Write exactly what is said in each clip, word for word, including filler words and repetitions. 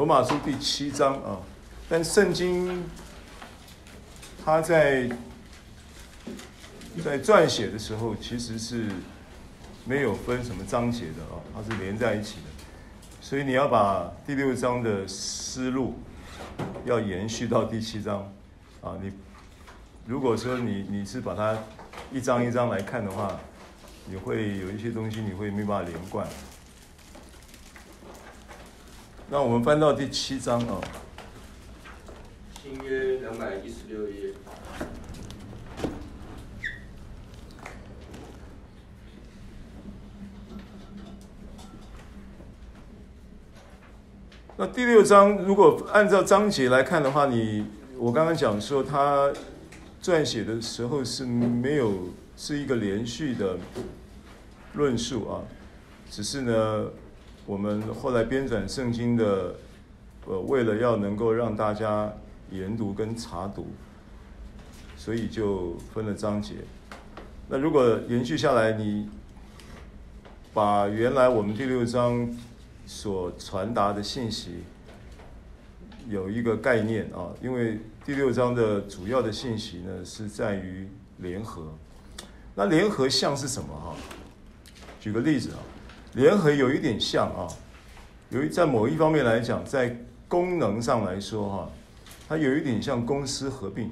罗马书第七章啊，但圣经它在在撰写的时候其实是没有分什么章节的啊，它是连在一起的，所以你要把第六章的思路要延续到第七章啊。你如果说你你是把它一章一章来看的话，你会有一些东西你会没办法连贯。那我们翻到第七章啊， 新约两百一十六页。 那第六章如果按照章节来看的话，你我刚刚讲说他撰写的时候是没有是一个连续的论述啊，只是呢我们后来编纂圣经的，呃，为了要能够让大家研读跟查读，所以就分了章节。那如果延续下来，你把原来我们第六章所传达的信息有一个概念啊，因为第六章的主要的信息呢是在于联合。那联合像是什么哈？举个例子啊，联合有一点像啊，有一在某一方面来讲，在功能上来说哈，它有一点像公司合并。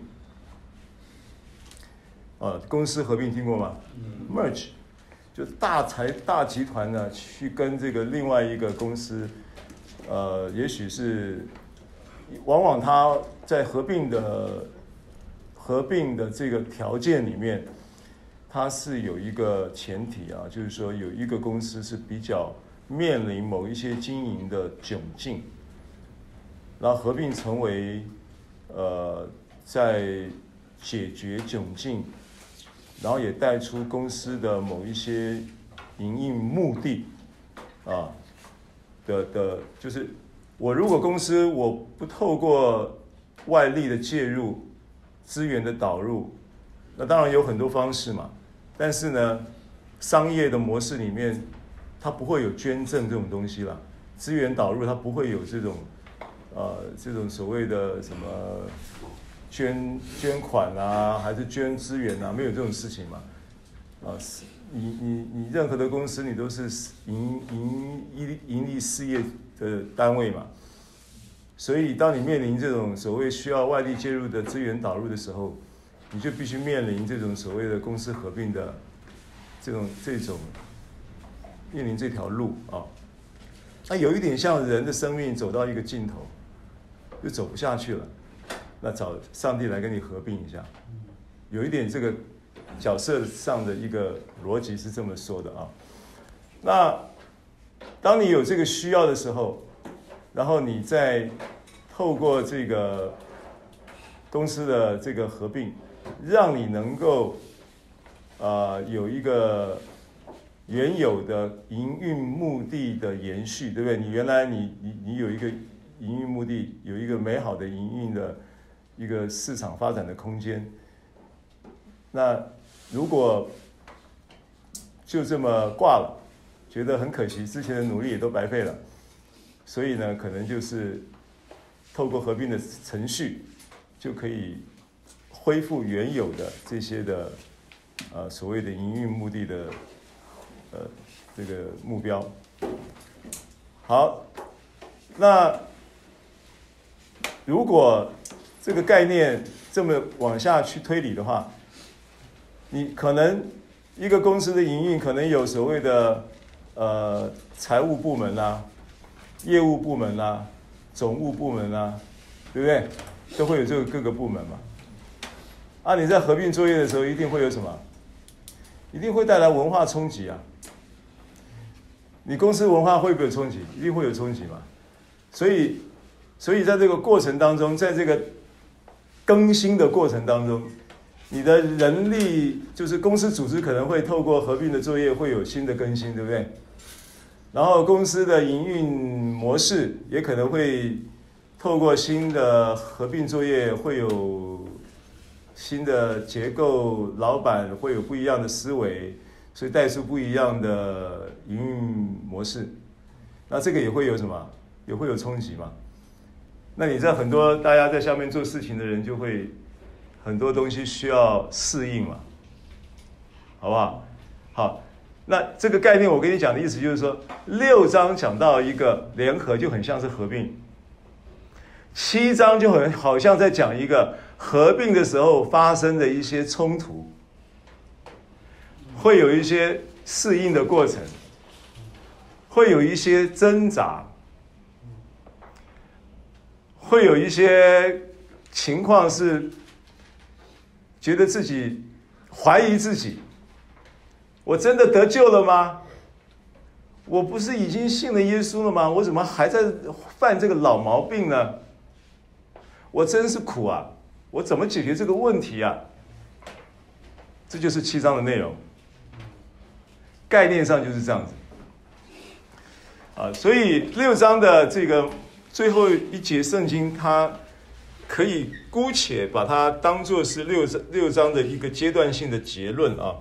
啊，公司合并听过吗 ？merge。就大财大集团呢，去跟这个另外一个公司，呃，也许是，往往它在合并的合并的这个条件里面，它是有一个前提啊，就是说有一个公司是比较面临某一些经营的窘境，然后合并成为呃在解决窘境。然后也带出公司的某一些营运目的啊的的，就是我如果公司我不透过外力的介入、资源的导入，那当然有很多方式嘛。但是呢，商业的模式里面，它不会有捐赠这种东西啦，资源导入它不会有这种呃这种所谓的什么。捐捐款啊，还是捐资源啊？没有这种事情嘛？啊，你你你任何的公司，你都是营营盈盈利事业的单位嘛。所以，当你面临这种所谓需要外力介入的资源导入的时候，你就必须面临这种所谓的公司合并的这种这种面临这条路啊。那有一点像人的生命走到一个尽头，就走不下去了。那找上帝来跟你合并一下，有一点这个角色上的一个逻辑是这么说的啊。那当你有这个需要的时候，然后你再透过这个公司的这个合并，让你能够呃有一个原有的营运目的的延续，对不对？你原来你你你有一个营运目的，有一个美好的营运的。一个市场发展的空间，那如果就这么挂了，觉得很可惜，之前的努力也都白费了，所以呢，可能就是透过合并的程序，就可以恢复原有的这些的呃所谓的营运目的的呃这个目标。好，那如果这个概念这么往下去推理的话，你可能一个公司的营运可能有所谓的呃财务部门啦、啊、业务部门啦、啊、总务部门啦、啊，对不对？都会有这个各个部门嘛。啊，你在合并作业的时候，一定会有什么？一定会带来文化冲击啊！你公司文化会不会有冲击？一定会有冲击嘛。所以，所以在这个过程当中，在这个更新的过程当中，你的人力就是公司组织可能会透过合并的作业会有新的更新，对不对？然后公司的营运模式也可能会透过新的合并作业会有新的结构，老板会有不一样的思维，所以带出不一样的营运模式。那这个也会有什么？也会有冲击嘛？ 那你在很多大家在下面做事情的人，就会很多东西需要适应嘛，好不好？好，那这个概念我跟你讲的意思就是说，六章讲到一个联合，就很像是合并；七章就很好像在讲一个合并的时候发生的一些冲突，会有一些适应的过程，会有一些挣扎。会有一些情况是觉得自己怀疑自己，我真的得救了吗？我不是已经信了耶稣了吗？我怎么还在犯这个老毛病呢？我真是苦啊！我怎么解决这个问题啊？这就是七章的内容，概念上就是这样子啊。所以六章的这个最后一节圣经，它可以姑且把它当作是六章六章的一个阶段性的结论啊。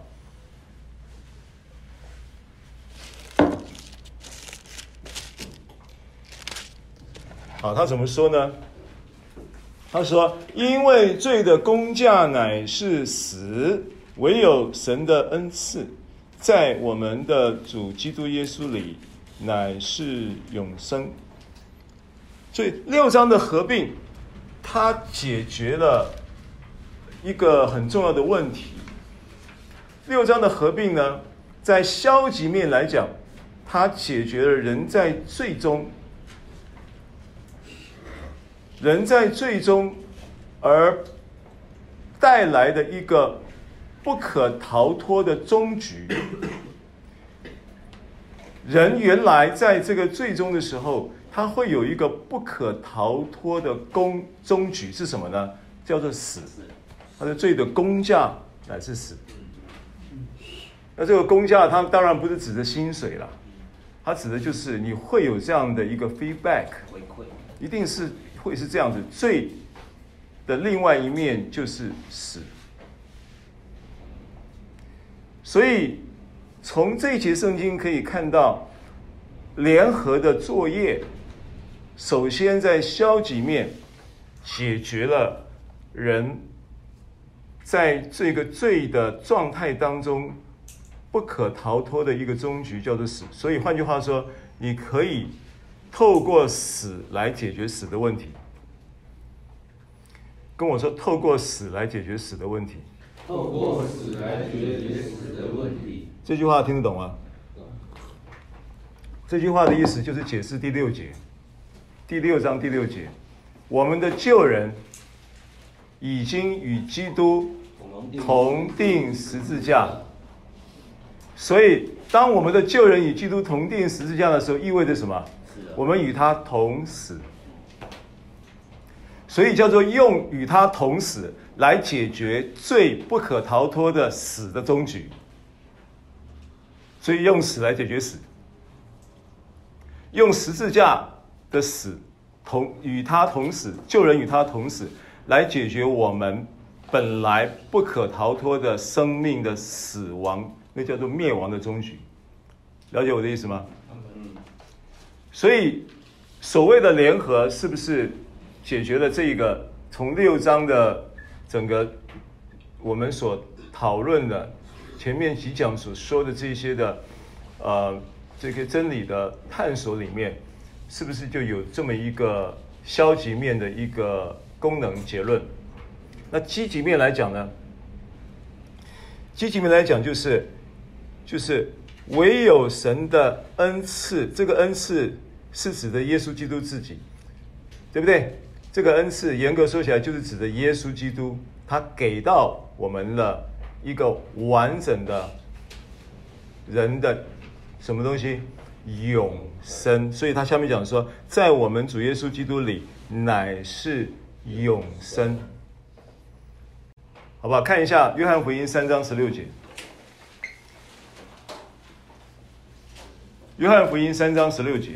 好，他怎么说呢？他说：“因为罪的工价乃是死，唯有神的恩赐，在我们的主基督耶稣里，乃是永生。”所以六章的合并，它解决了一个很重要的问题。六章的合并呢，在消极面来讲，它解决了人在罪中，人在罪中而带来的一个不可逃脱的终局。人原来在这个罪中的时候，他会有一个不可逃脱的终终局是什么呢？叫做死。他的罪的工价乃是死。那这个工价，它当然不是指的薪水了，它指的就是你会有这样的一个 feedback， 回馈， 一定是会是这样子。罪的另外一面就是死。所以从这一节圣经可以看到，联合的作业首先在消极面解决了人在这个罪的状态当中不可逃脱的一个终局，叫做死。所以换句话说，你可以透过死来解决死的问题。跟我说，透过死来解决死的问题。 透过死来解决死的问题。 这句话听得懂吗？这句话的意思就是解释第六节，第六章第六节，我们的旧人已经与基督同定十字架。所以当我们的旧人与基督同定十字架的时候，意味着什么？我们与他同死。所以叫做用与他同死来解决罪不可逃脱的死的终局。所以用死来解决死，用十字架的死同与他同死，旧人与他同死，来解决我们本来不可逃脱的生命的死亡，那叫做灭亡的终局。了解我的意思吗？所以所谓的联合，是不是解决了这个从六章的整个我们所讨论的前面几讲所说的这些的呃这个真理的探索里面，是不是就有这么一个消极面的一个功能结论？那积极面来讲呢？积极面来讲就是就是唯有神的恩赐，这个恩赐是指的耶稣基督自己，对不对？这个恩赐严格说起来就是指的耶稣基督，他给到我们了一个完整的人的什么东西？永生。所以他下面讲说，在我们主耶稣基督里乃是永生，好不好？看一下约翰福音三章十六节。约翰福音三章十六节。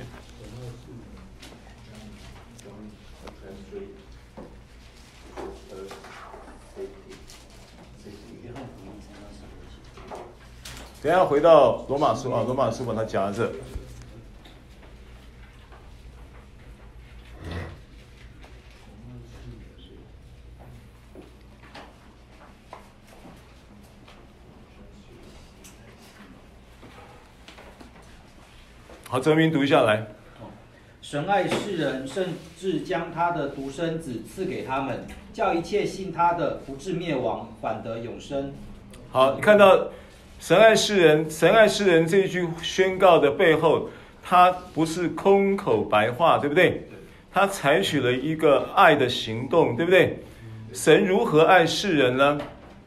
等一下回到罗马书啊，罗马书把它夹着。 好，哲明读一下来。 神爱世人，甚至将他的独生子赐给他们，叫一切信他的不至灭亡，反得永生。 好，你看到神爱世人，神爱世人这一句宣告的背后，他不是空口白话，对不对？他采取了一个爱的行动，对不对？神如何爱世人呢？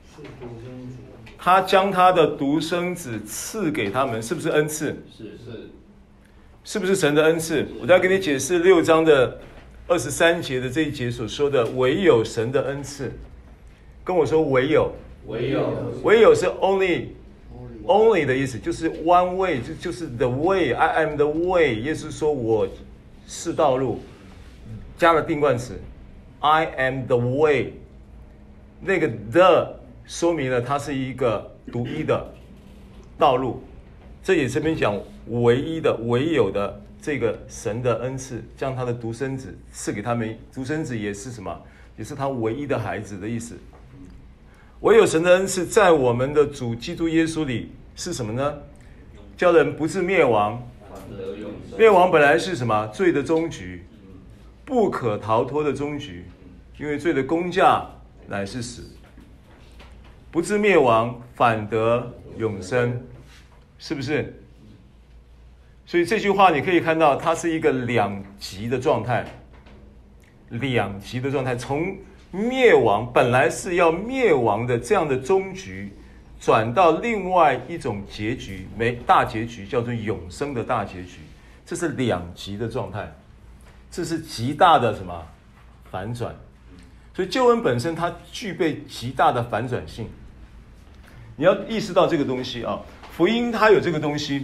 他将他的独生子赐给他们，是不是恩赐？ 是是， 是不是神的恩赐？我再给你解释六章的二十三节的这一节所说的唯有神的恩赐。跟我说唯有， 唯有， 唯有是 only only 的意思，就是 one way， 就就是 the way，I am the way。耶稣说我是道路，加了定冠词 I am the way。那个 the 说明了它是一个独一的道路，这也这边讲唯一的、唯有的这个神的恩赐，将他的独生子赐给他们。独生子也是什么？也是他唯一的孩子的意思。唯有神的恩赐在我们的主基督耶稣里是什么呢？叫人不至灭亡。灭亡本来是什么？罪的终局，不可逃脱的终局，因为罪的工价乃是死。不至灭亡，反得永生，是不是？所以这句话你可以看到，它是一个两极的状态，两极的状态，从灭亡本来是要灭亡的这样的终局，转到另外一种结局，没大结局，叫做永生的大结局，这是两极的状态，这是极大的什么反转？所以救恩本身它具备极大的反转性，你要意识到这个东西啊，福音它有这个东西。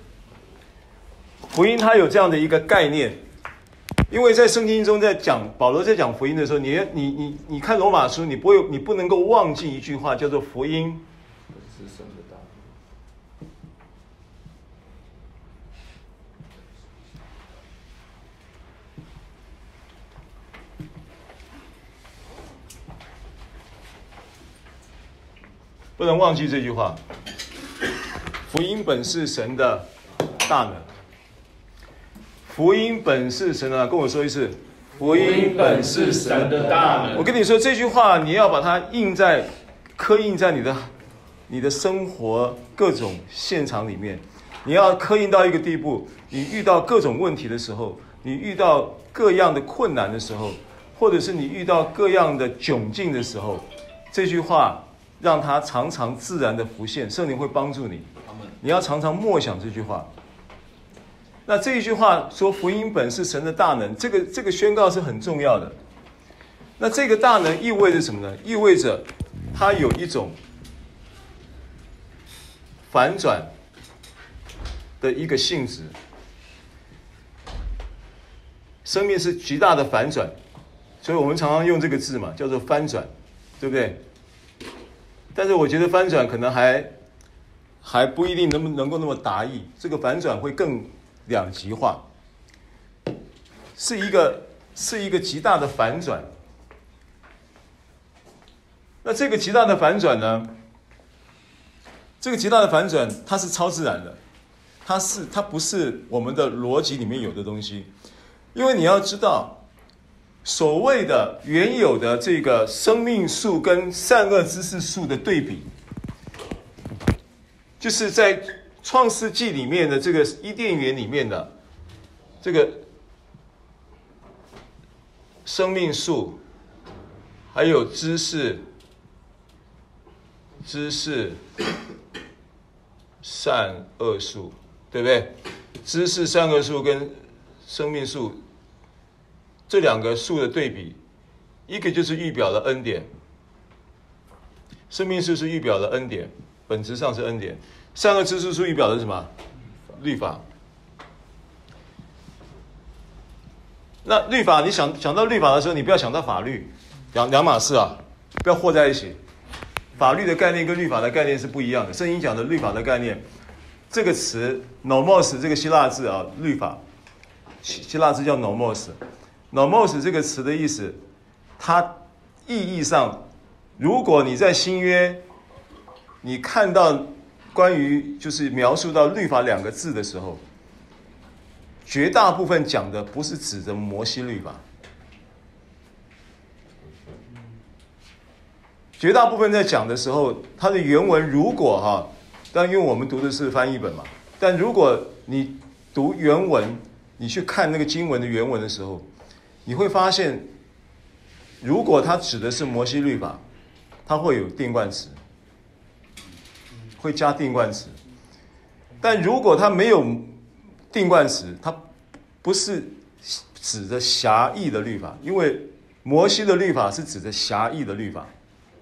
福音它有这样的一个概念，因为在圣经中在讲保罗在讲福音的时候，你你你你看罗马书，你不会你不能够忘记一句话，叫做福音是神的大能。 不能忘记这句话。福音本是神的大能。福音本是神的，跟我说一次。 福音本是神的大能。 我跟你说这句话，你要把它印在、刻印在你的、你的生活各种现场里面。你要刻印到一个地步，你遇到各种问题的时候，你遇到各样的困难的时候，或者是你遇到各样的窘境的时候，这句话让它常常自然的浮现，圣灵会帮助你。你要常常默想这句话。那这一句话说福音本是神的大能，这个这个宣告是很重要的。那这个大能意味着什么呢？意味着它有一种反转的一个性质。生命是极大的反转，所以我们常常用这个字嘛，叫做翻转，对不对？但是我觉得翻转可能还还不一定能不能够那么达意，这个反转会更两极化，是一个是一个极大的反转。那这个极大的反转呢？这个极大的反转，它是超自然的，它是它不是我们的逻辑里面有的东西。因为你要知道，所谓的原有的这个生命树跟善恶知识树的对比，就是在创世纪里面的这个伊甸园里面的这个生命树，还有知识、知识、善恶树，对不对？知识、善恶树跟生命树这两个树的对比，一个就是预表了恩典，生命树是预表了恩典，本质上是恩典。善恶知识树预表的是什么？律法。那律法，你想想到律法的时候，你不要想到法律，两两码事啊，不要和在一起。法律的概念跟律法的概念是不一样的。圣经讲的律法的概念，这个词 nomos 这个希腊字啊，律法，希腊字叫 nomos。nomos 这个词的意思，它意义上，如果你在新约，你看到关于就是描述到律法两个字的时候， 绝大部分讲的不是指着摩西律法，绝大部分在讲的时候，它的原文如果哈，但因为我们读的是翻译本嘛，但如果你读原文，你去看那个经文的原文的时候，你会发现，如果它指的是摩西律法，它会有定冠词，会加定冠词。但如果它没有定冠词，它不是指着狭义的律法，因为摩西的律法是指着狭义的律法，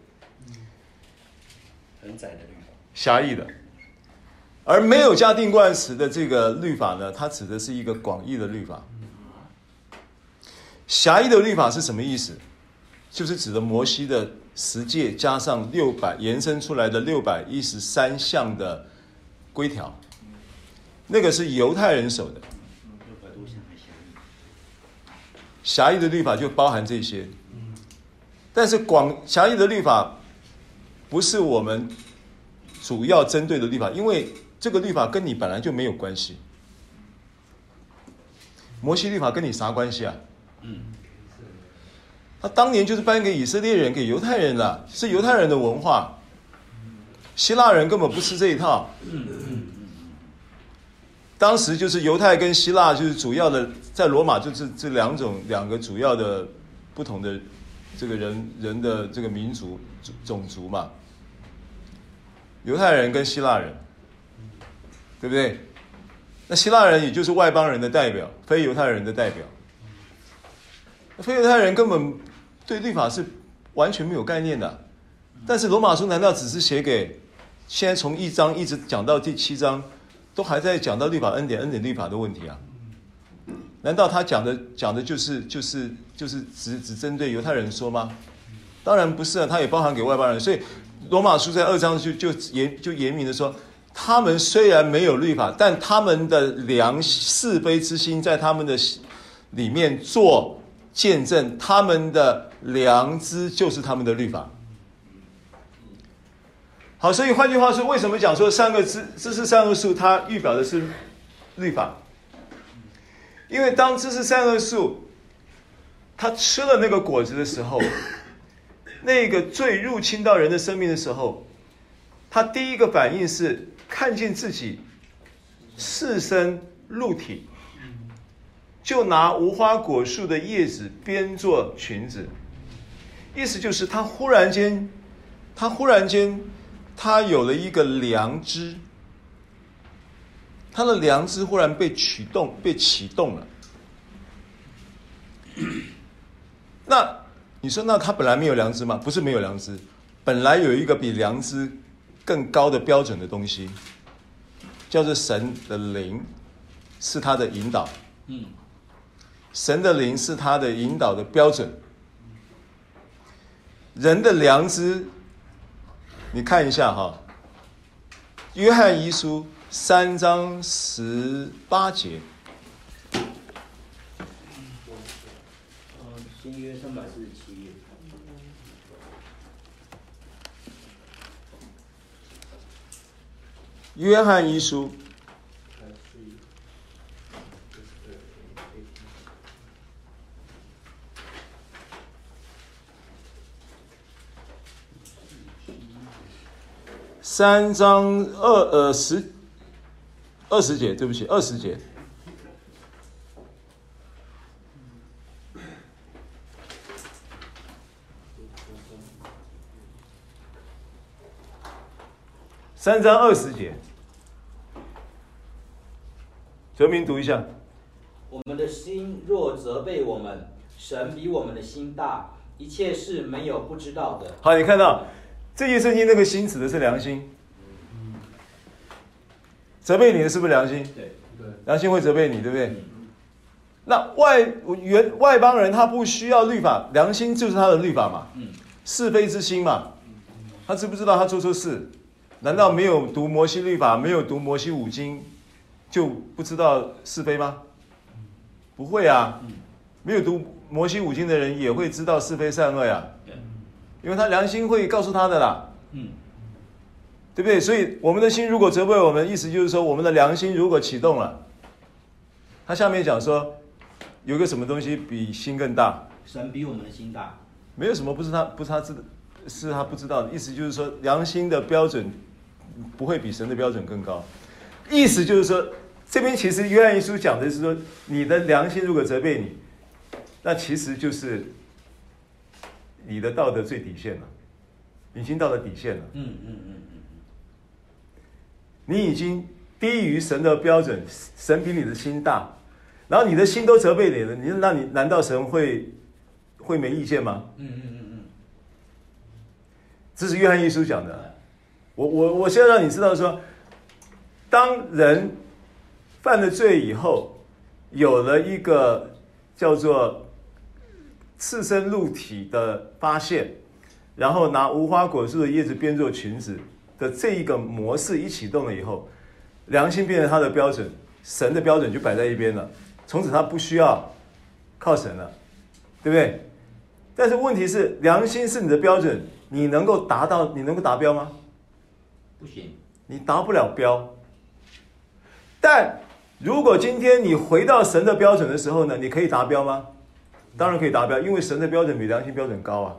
很窄的律法， 狭义的。而没有加定冠词的这个律法呢，它指的是一个广义的律法。狭义的律法是什么意思？就是指的摩西的十诫加上六百延伸出来的六百一十三项的规条，那个是犹太人守的。狭义的律法就包含这些，但是广狭义的律法不是我们主要针对的律法，因为这个律法跟你本来就没有关系。摩西律法跟你啥关系啊？嗯，他当年就是颁给以色列人、给犹太人的，是犹太人的文化。希腊人根本不吃这一套。当时就是犹太跟希腊就是主要的，在罗马就是这两种两个主要的不同的这个人人的这个民族种族嘛。犹太人跟希腊人，对不对？那希腊人也就是外邦人的代表，非犹太人的代表。非犹太人根本对律法是完全没有概念的，但是罗马书难道只是写给现在从一章一直讲到第七章，都还在讲到律法恩典恩典律法的问题啊？难道他讲的讲的就是就是就是只只针对犹太人说吗？当然不是啊，他也包含给外邦人。所以罗马书在二章就就严就严明的说，他们虽然没有律法，但他们的良是非之心在他们的里面做见证，他们的良知就是他们的律法。好，所以换句话说，为什么讲说三个知知识善恶树它预表的是律法？因为当知识善恶树它吃了那个果子的时候，那个罪入侵到人的生命的时候，他第一个反应是看见自己赤身露体，就拿无花果树的叶子编作裙子。意思就是他忽然间他忽然间他有了一个良知，他的良知忽然被启动被启动了。那你说，那他本来没有良知吗？不是没有良知，本来有一个比良知更高的标准的东西，叫做神的灵，是他的引导。嗯，神的灵是他的引导的标准。人的良知，你看一下哈，约翰一书三章十八节。 新约三百四十七页。 约翰一书三章二呃十二十节，对不起，二十节。三章二十节，哲明读一下。 我们的心若责备我们，神比我们的心大，一切事没有不知道的。 好，你看到这节圣经那个心指的是良心，责备你的是不是良心？ 对， 良心会责备你，对不对？那外原外邦人他不需要律法，良心就是他的律法嘛，是非之心嘛，他知不知道他做错事？难道没有读摩西律法，没有读摩西五经，就不知道是非吗？不会啊，没有读摩西五经的人也会知道是非善恶呀，因为他良心会告诉他的啦，对不对？所以我们的心如果责备我们，意思就是说我们的良心如果启动了， 他下面讲说，有个什么东西比心更大？ 神比我们的心大。 没有什么不是他不是他知是他不知道的。意思就是说，良心的标准不会比神的标准更高。意思就是说，这边其实约翰一书讲的是说，你的良心如果责备你，那其实就是你的道德最底线了，已经到了底线了。 嗯嗯嗯嗯， 你已经低于神的标准，神比你的心大，然后你的心都责备你了，你那你难道神会会没意见吗？ 嗯嗯嗯嗯， 这是约翰一书讲的。我我我现在让你知道说，当人犯了罪以后，有了一个叫做赤身露体的发现，然后拿无花果树的叶子编作裙子的这一个模式一启动了以后，良心变成他的标准，神的标准就摆在一边了，从此他不需要靠神了，对不对？但是问题是，良心是你的标准，你能够达到，你能够达标吗？ 不行， 你达不了标。但如果今天你回到神的标准的时候呢，你可以达标吗？当然可以达标，因为神的标准比良心标准高啊。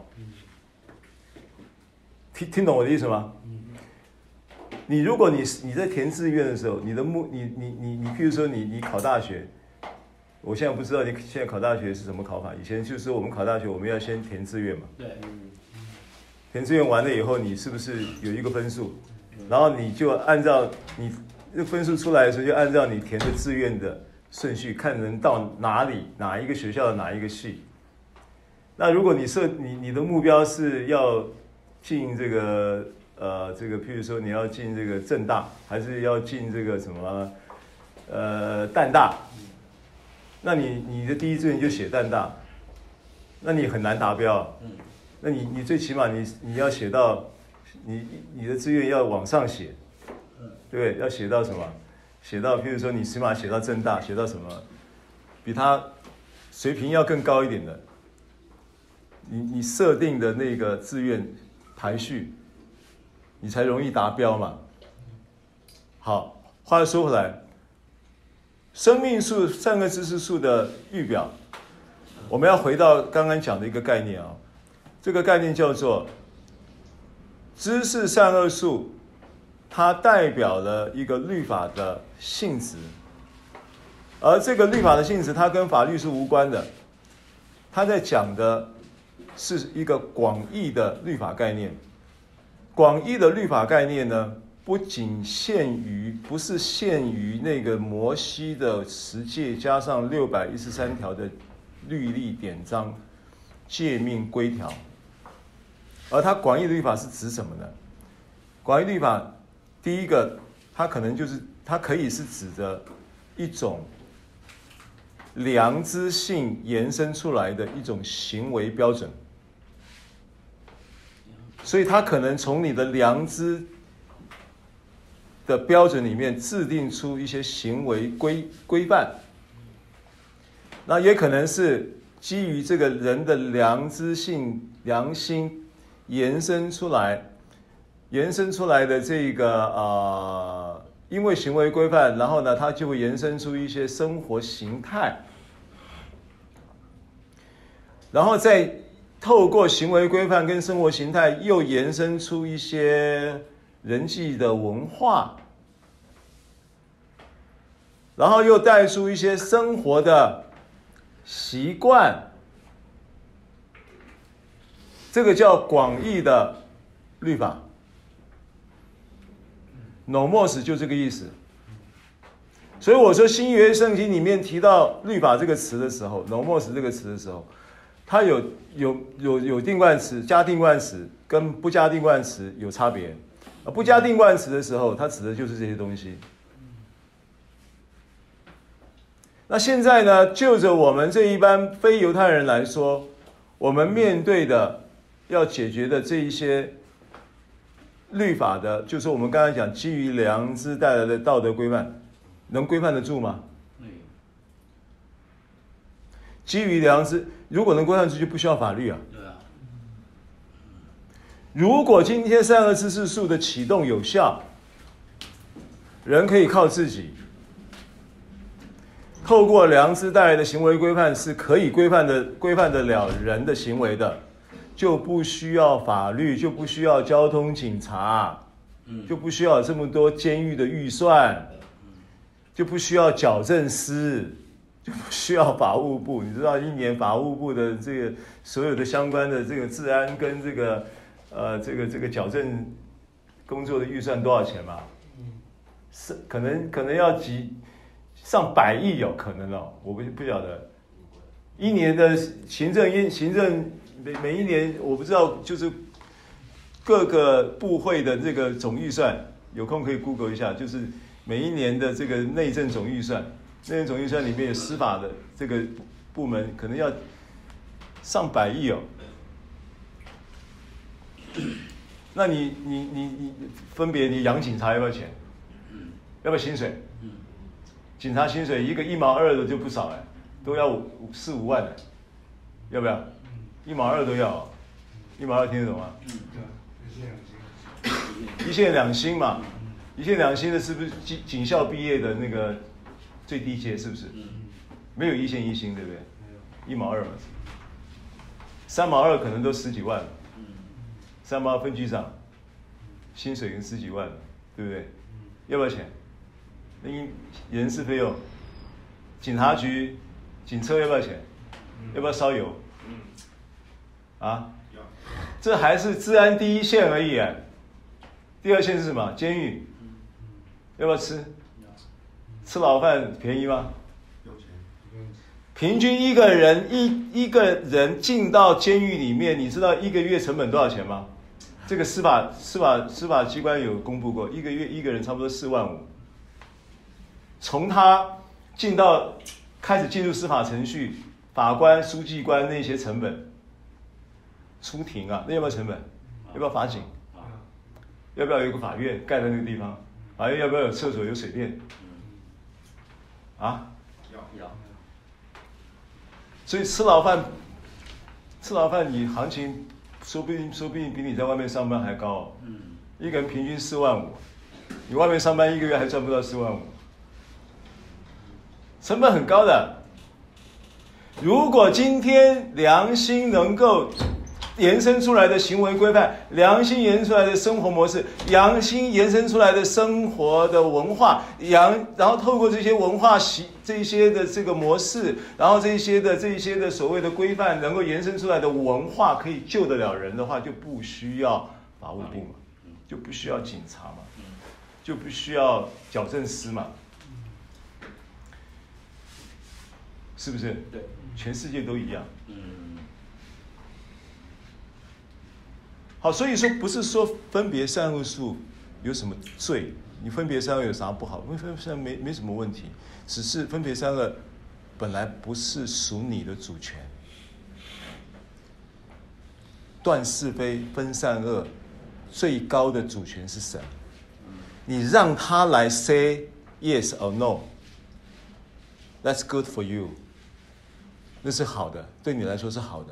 听听懂我的意思吗？你如果你你在填志愿的时候，你的目你你你你，譬如说你你考大学，我现在不知道你现在考大学是什么考法。以前就是说我们考大学，我们要先填志愿嘛。 对。 填志愿完了以后，你是不是有一个分数？然后你就按照你这分数出来的时候，就按照你填的志愿的顺序，看能到哪里，哪一个学校的哪一个系。那如果你设你你的目标是要进这个呃这个，譬如说你要进这个政大，还是要进这个什么呃淡大？那你你的第一志愿就写淡大，那你很难达标。那你你最起码你你要写到你你的志愿要往上写，对不对？要写到什么？写到譬如说你起码写到政大，写到什么？比他水平要更高一点的。你你设定的那个志愿排序，你才容易达标嘛。好，话又说回来，生命树善恶知识树的预表，我们要回到刚刚讲的一个概念啊，这个概念叫做知识善恶树，它代表了一个律法的性质，而这个律法的性质，它跟法律是无关的，它在讲的是一个广义的律法概念。广义的律法概念呢，不仅限于，不是限于那个摩西的十诫加上六百一十三条的律例典章、诫命规条，而它广义的律法是指什么呢？广义律法，第一个，它可能就是它可以是指的一种良知性延伸出来的一种行为标准。所以他可能从你的良知的标准里面制定出一些行为规规范，那也可能是基于这个人的良知性良心延伸出来，延伸出来的这个呃，因为行为规范，然后呢，它就会延伸出一些生活形态，然后再透过行为规范跟生活形态，又延伸出一些人际的文化，然后又带出一些生活的习惯，这个叫广义的律法。nomos 就这个意思。所以我说新约圣经里面提到律法这个词的时候 nomos 这个词的时候，它有有有有定冠词，加定冠词跟不加定冠词有差别。不加定冠词的时候，它指的就是这些东西。那现在呢，就着我们这一般非犹太人来说，我们面对的要解决的这一些律法的，就是我们刚才讲基于良知带来的道德规范，能规范得住吗？基于良知，如果能规范出去，不需要法律啊。 对啊。 如果今天善恶知识树的启动有效，人可以靠自己， 透过良知带来的行为规范是可以规范的规范得了人的行为的，就不需要法律，就不需要交通警察，就不需要这么多监狱的预算，就不需要矫正司，就不需要法务部。你知道一年法务部的这个所有的相关的这个治安跟这个呃这个这个矫正工作的预算多少钱吗？是可能可能要几上百亿有可能哦，我不不晓得。一年的行政行政每每一年我不知道，就是各个部会的这个总预算，有空可以 Google 一下，就是每一年的这个内政总预算，内政总预算里面有司法的这个部门，可能要上百亿哦。那你你你你分别你养警察要不要钱？要不要薪水？警察薪水一个一毛二的就不少哎，都要五四五万的，要不要？一毛二都要，一毛二听得懂吗？一线两薪嘛，一线两薪的是不是警警校毕业的那个最低阶？是不是？没有一线一薪，对不对？一毛二嘛，三毛二可能都十几万，三毛二分局长薪水跟十几万，对不对？要不要钱？那人事费用，警察局警车要不要钱？要不要烧油？啊，这还是治安第一线而已哎。第二线是什么？监狱，要不要吃？吃牢饭便宜吗？平均一个人一一个人进到监狱里面，你知道一个月成本多少钱吗？这个司法司法司法机关有公布过，一个月一个人差不多四万五。从他进到开始进入司法程序，法官、书记官那些成本，出庭啊，那要不要成本？要不要法警？要不要有一个法院盖在那个地方？法院要不要有厕所、有水电？啊？要。所以吃牢饭，吃牢饭你行情说不定说不定比你在外面上班还高哦。一个人平均四万五，你外面上班一个月还赚不到四万五。成本很高的。如果今天良心能够延伸出来的行为规范，良心延伸出来的生活模式，良心延伸出来的生活的文化，然后透过这些文化习这些的这个模式，然后这些的这些的所谓的规范，能够延伸出来的文化可以救得了人的话，就不需要法务部嘛，就不需要警察嘛，就不需要矫正司嘛。是不是？对，全世界都一样。嗯。好，所以说不是说分别善恶树有什么罪，你分别善恶有啥不好？分别善恶没没什么问题，只是分别善恶本来不是属你的主权。断是非、分善恶，最高的主权是神。你让他来 say yes or no，that's good for you。那是好的，对你来说是好的，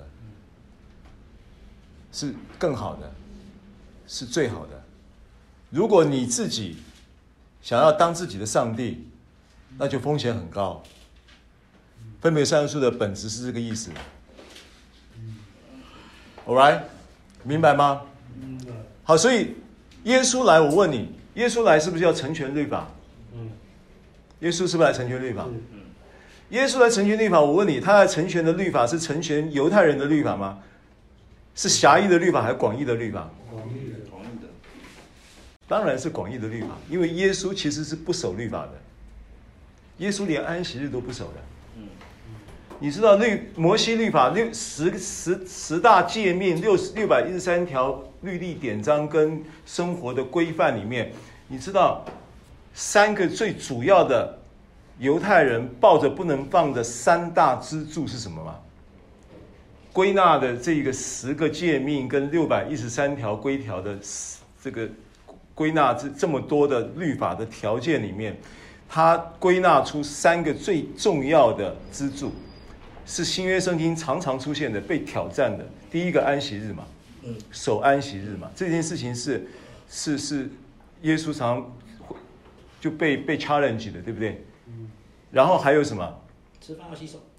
是更好的，是最好的。如果你自己想要当自己的上帝，那就风险很高。分别善恶树的本质是这个意思。All right， 明白吗？好，所以耶稣来，我问你，耶稣来是不是要成全律法？耶稣是不是来成全律法？耶稣来成全律法，我问你，他来成全的律法是成全犹太人的律法吗？是狭义的律法还是广义的律法？广义的，广义的。当然是广义的律法，因为耶稣其实是不守律法的，耶稣连安息日都不守的。你知道律摩西律法六十十十大诫命六六百一十三条律例典章跟生活的规范里面，你知道三个最主要的犹太人抱着不能放的三大支柱是什么吗？归纳的这个十个诫命跟六百一十三条规条的这个归纳这这么多的律法的条件里面，它归纳出三个最重要的支柱，是新约圣经常常出现的被挑战的。第一个安息日嘛，守安息日嘛，这件事情是是是耶稣常就被被 challenge 的，对不对？然后还有什么？ 吃饭要洗手。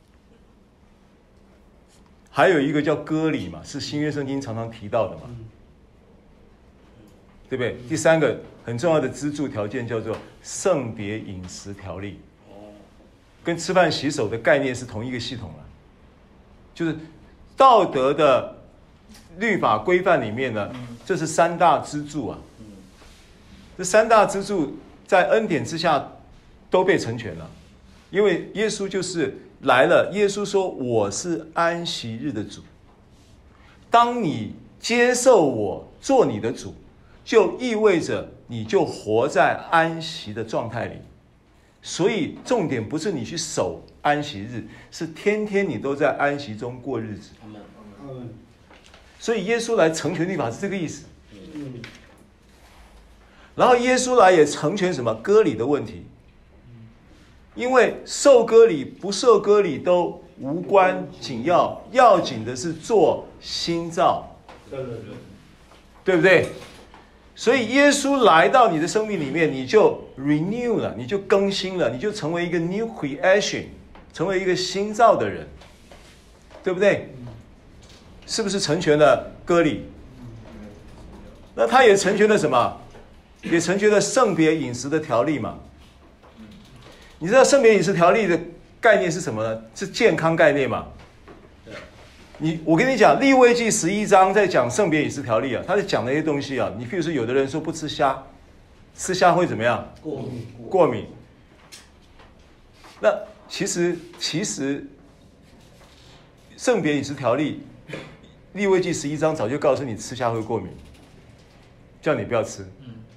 还有一个叫割礼嘛，是新约圣经常常提到的嘛， 嗯、 对不对？第三个很重要的支柱条件叫做圣别饮食条例，跟吃饭洗手的概念是同一个系统了，就是道德的律法规范里面呢，这是三大支柱啊。这三大支柱在恩典之下都被成全了，因为耶稣就是来了。耶稣说：“我是安息日的主。”当你接受我做你的主，就意味着你就活在安息的状态里。所以重点不是你去守安息日，是天天你都在安息中过日子。所以耶稣来成全律法是这个意思。然后耶稣来也成全什么割礼的问题，因为受割礼不受割礼都无关紧要，要紧的是做新造，对不对？所以耶稣来到你的生命里面，你就 renew 了，你就更新了，你就成为一个 new creation， 成为一个新造的人，对不对？是不是成全了割礼？那他也成全了什么？也成全了圣别饮食的条例嘛。你知道圣别饮食条例的概念是什么呢？是健康概念嘛。你我跟你讲，利未记十一章在讲圣别饮食条例啊，他在讲那些东西啊。你譬如说，有的人说不吃虾，吃虾会怎么样？ 过敏。 过敏。那其实其实圣别饮食条例，利未记十一章早就告诉你吃虾会过敏，叫你不要吃。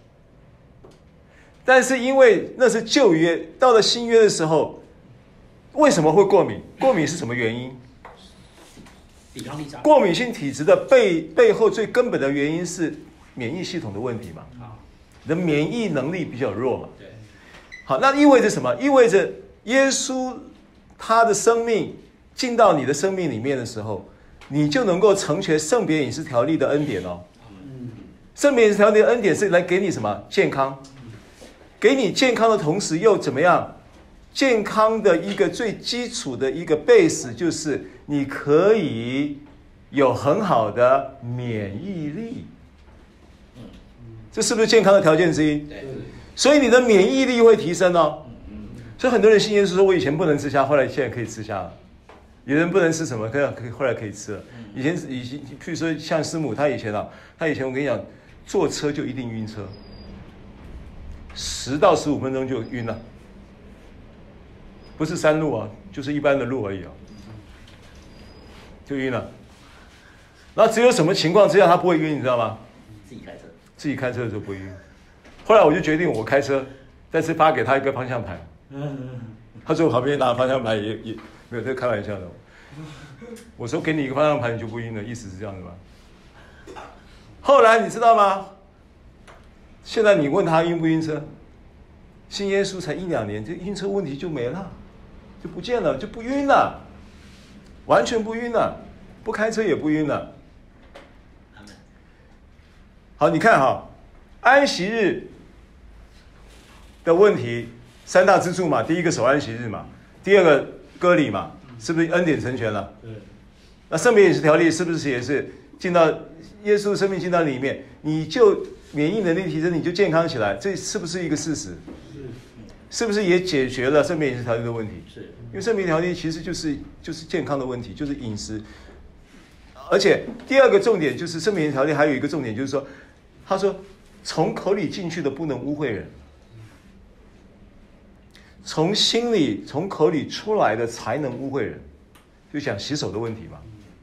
但是因为那是旧约，到了新约的时候，为什么会过敏？过敏是什么原因？ 抵抗力差。过敏性体质的背背后最根本的原因是免疫系统的问题嘛。你的免疫能力比较弱嘛。 对。 好，那意味着什么？意味着耶稣他的生命进到你的生命里面的时候，你就能够成全圣别饮食条例的恩典哦。圣别饮食条例的恩典是来给你什么？健康。给你健康的同时又怎么样？健康的一个最基础的一个 base 就是你可以有很好的免疫力，这是不是健康的条件之一？所以你的免疫力会提升哦。所以很多人信耶稣说，我以前不能吃虾，后来现在可以吃虾了。有人不能吃什么，可以后来可以吃了。以前以前，譬如说像师母，她以前啊，她以前我跟你讲，坐车就一定晕车。十到十五分钟就晕了，不是山路啊，就是一般的路而已啊，就晕了。然后只有什么情况之下他不会晕，你知道吗？ 自己开车， 自己开车的时候不会晕。后来我就决定我开车，但是发给他一个方向盘。他说我旁边拿方向盘也也没有，这开玩笑的。我说给你一个方向盘你就不晕了，意思是这样的吗？后来你知道吗？现在你问他晕不晕车，信耶稣才一两年，这晕车问题就没了，就不见了，就不晕了，完全不晕了，不开车也不晕了。好，你看哈，安息日的问题三大支柱嘛，第一个守安息日嘛，第二个割礼嘛，是不是恩典成全了？对。那圣别饮食条例是不是也是进到耶稣的生命进到里面，你就免疫能力提升，你就健康起来，这是不是一个事实？是，是不是也解决了圣别饮食条例的问题？是，因为圣别条例其实就是就是健康的问题，就是饮食。而且第二个重点就是圣别饮食条例还有一个重点就是说，他说从口里进去的不能污秽人，从心里从口里出来的才能污秽人，就讲洗手的问题嘛。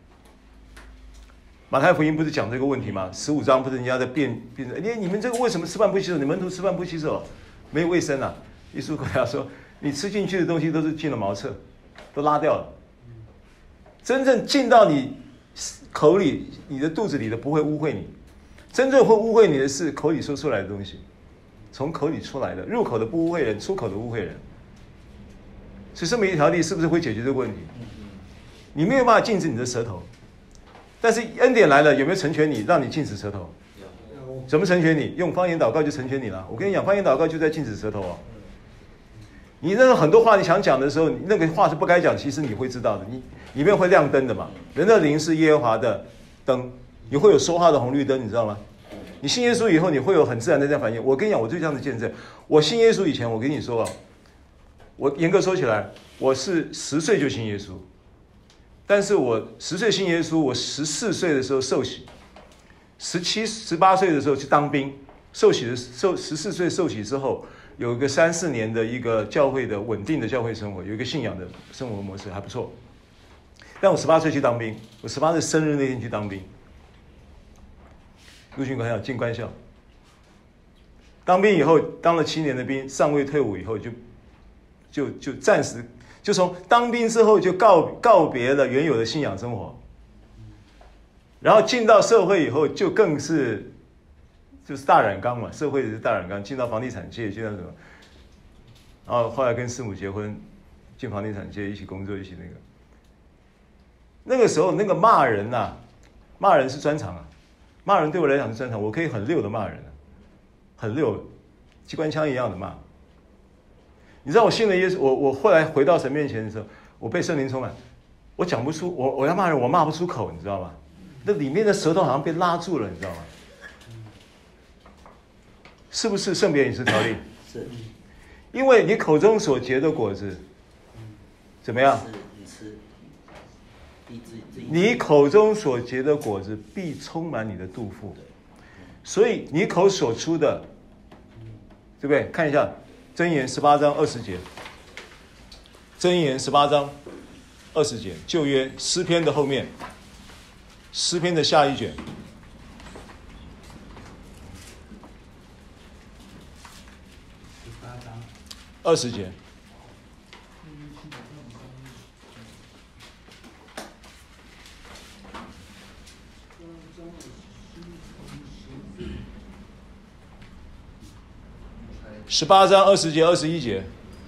马太福音不是讲这个问题吗？十五章不是人家在辩辩论，你你们这个为什么吃饭不洗手？你门徒吃饭不洗手，没有卫生啊！耶稣回答说：“你吃进去的东西都是进了茅厕，都拉掉了。真正进到你口里、你的肚子里的不会污秽你，真正会污秽你的是口里说出来的东西，从口里出来的，入口的不污秽人，出口的污秽人。所以圣别条例是不是会解决这个问题？你没有办法禁止你的舌头。”但是恩典来了，有没有成全你，让你禁止舌头？怎么成全你？用方言祷告就成全你了。我跟你讲，方言祷告就在禁止舌头哦。 你那个很多话你想讲的时候，那个话是不该讲，其实你会知道的，你里面会亮灯的嘛。人的灵是耶和华的灯，你会有说话的红绿灯，你知道吗？你信耶稣以后，你会有很自然的这样反应。我跟你讲，我就这样的见证。我信耶稣以前，我跟你说啊，我严格说起来，我是十岁就信耶稣，但是我十岁信耶稣，我十四岁的时候受洗，十七、十八岁的时候去当兵，受洗的受十四岁受洗之后，有一个三四年的一个教会的稳定的教会生活，有一个信仰的生活模式还不错。但我十八岁去当兵，我十八岁生日那天去当兵。陆军官校进官校，当兵以后当了七年的兵，上尉退伍以后就就就暂时就从当兵之后就告告别了原有的信仰生活，然后进到社会以后就更是就是大染缸嘛，社会是大染缸，进到房地产界，进到什么，然后后来跟师母结婚，进房地产界一起工作，一起那个。那个时候那个骂人呐、啊，骂人是专长啊。骂人对我来讲是专长，我可以很溜的骂人，很溜，机关枪一样的骂。你知道我信了耶稣，我我后来回到神面前的时候，我被圣灵充满，我讲不出，我我要骂人，我骂不出口，你知道吗？那里面的舌头好像被拉住了，你知道吗？是不是圣别饮食条例？ 是， 因为你口中所结的果子，怎么样？ 你吃。 你口中所结的果子必充满你的肚腹，所以你口所出的，对不对？看一下箴言十八章二十节，箴言十八章二十节，旧约诗篇的后面，诗篇的下一卷，二十节。十八章二十节、二十一节。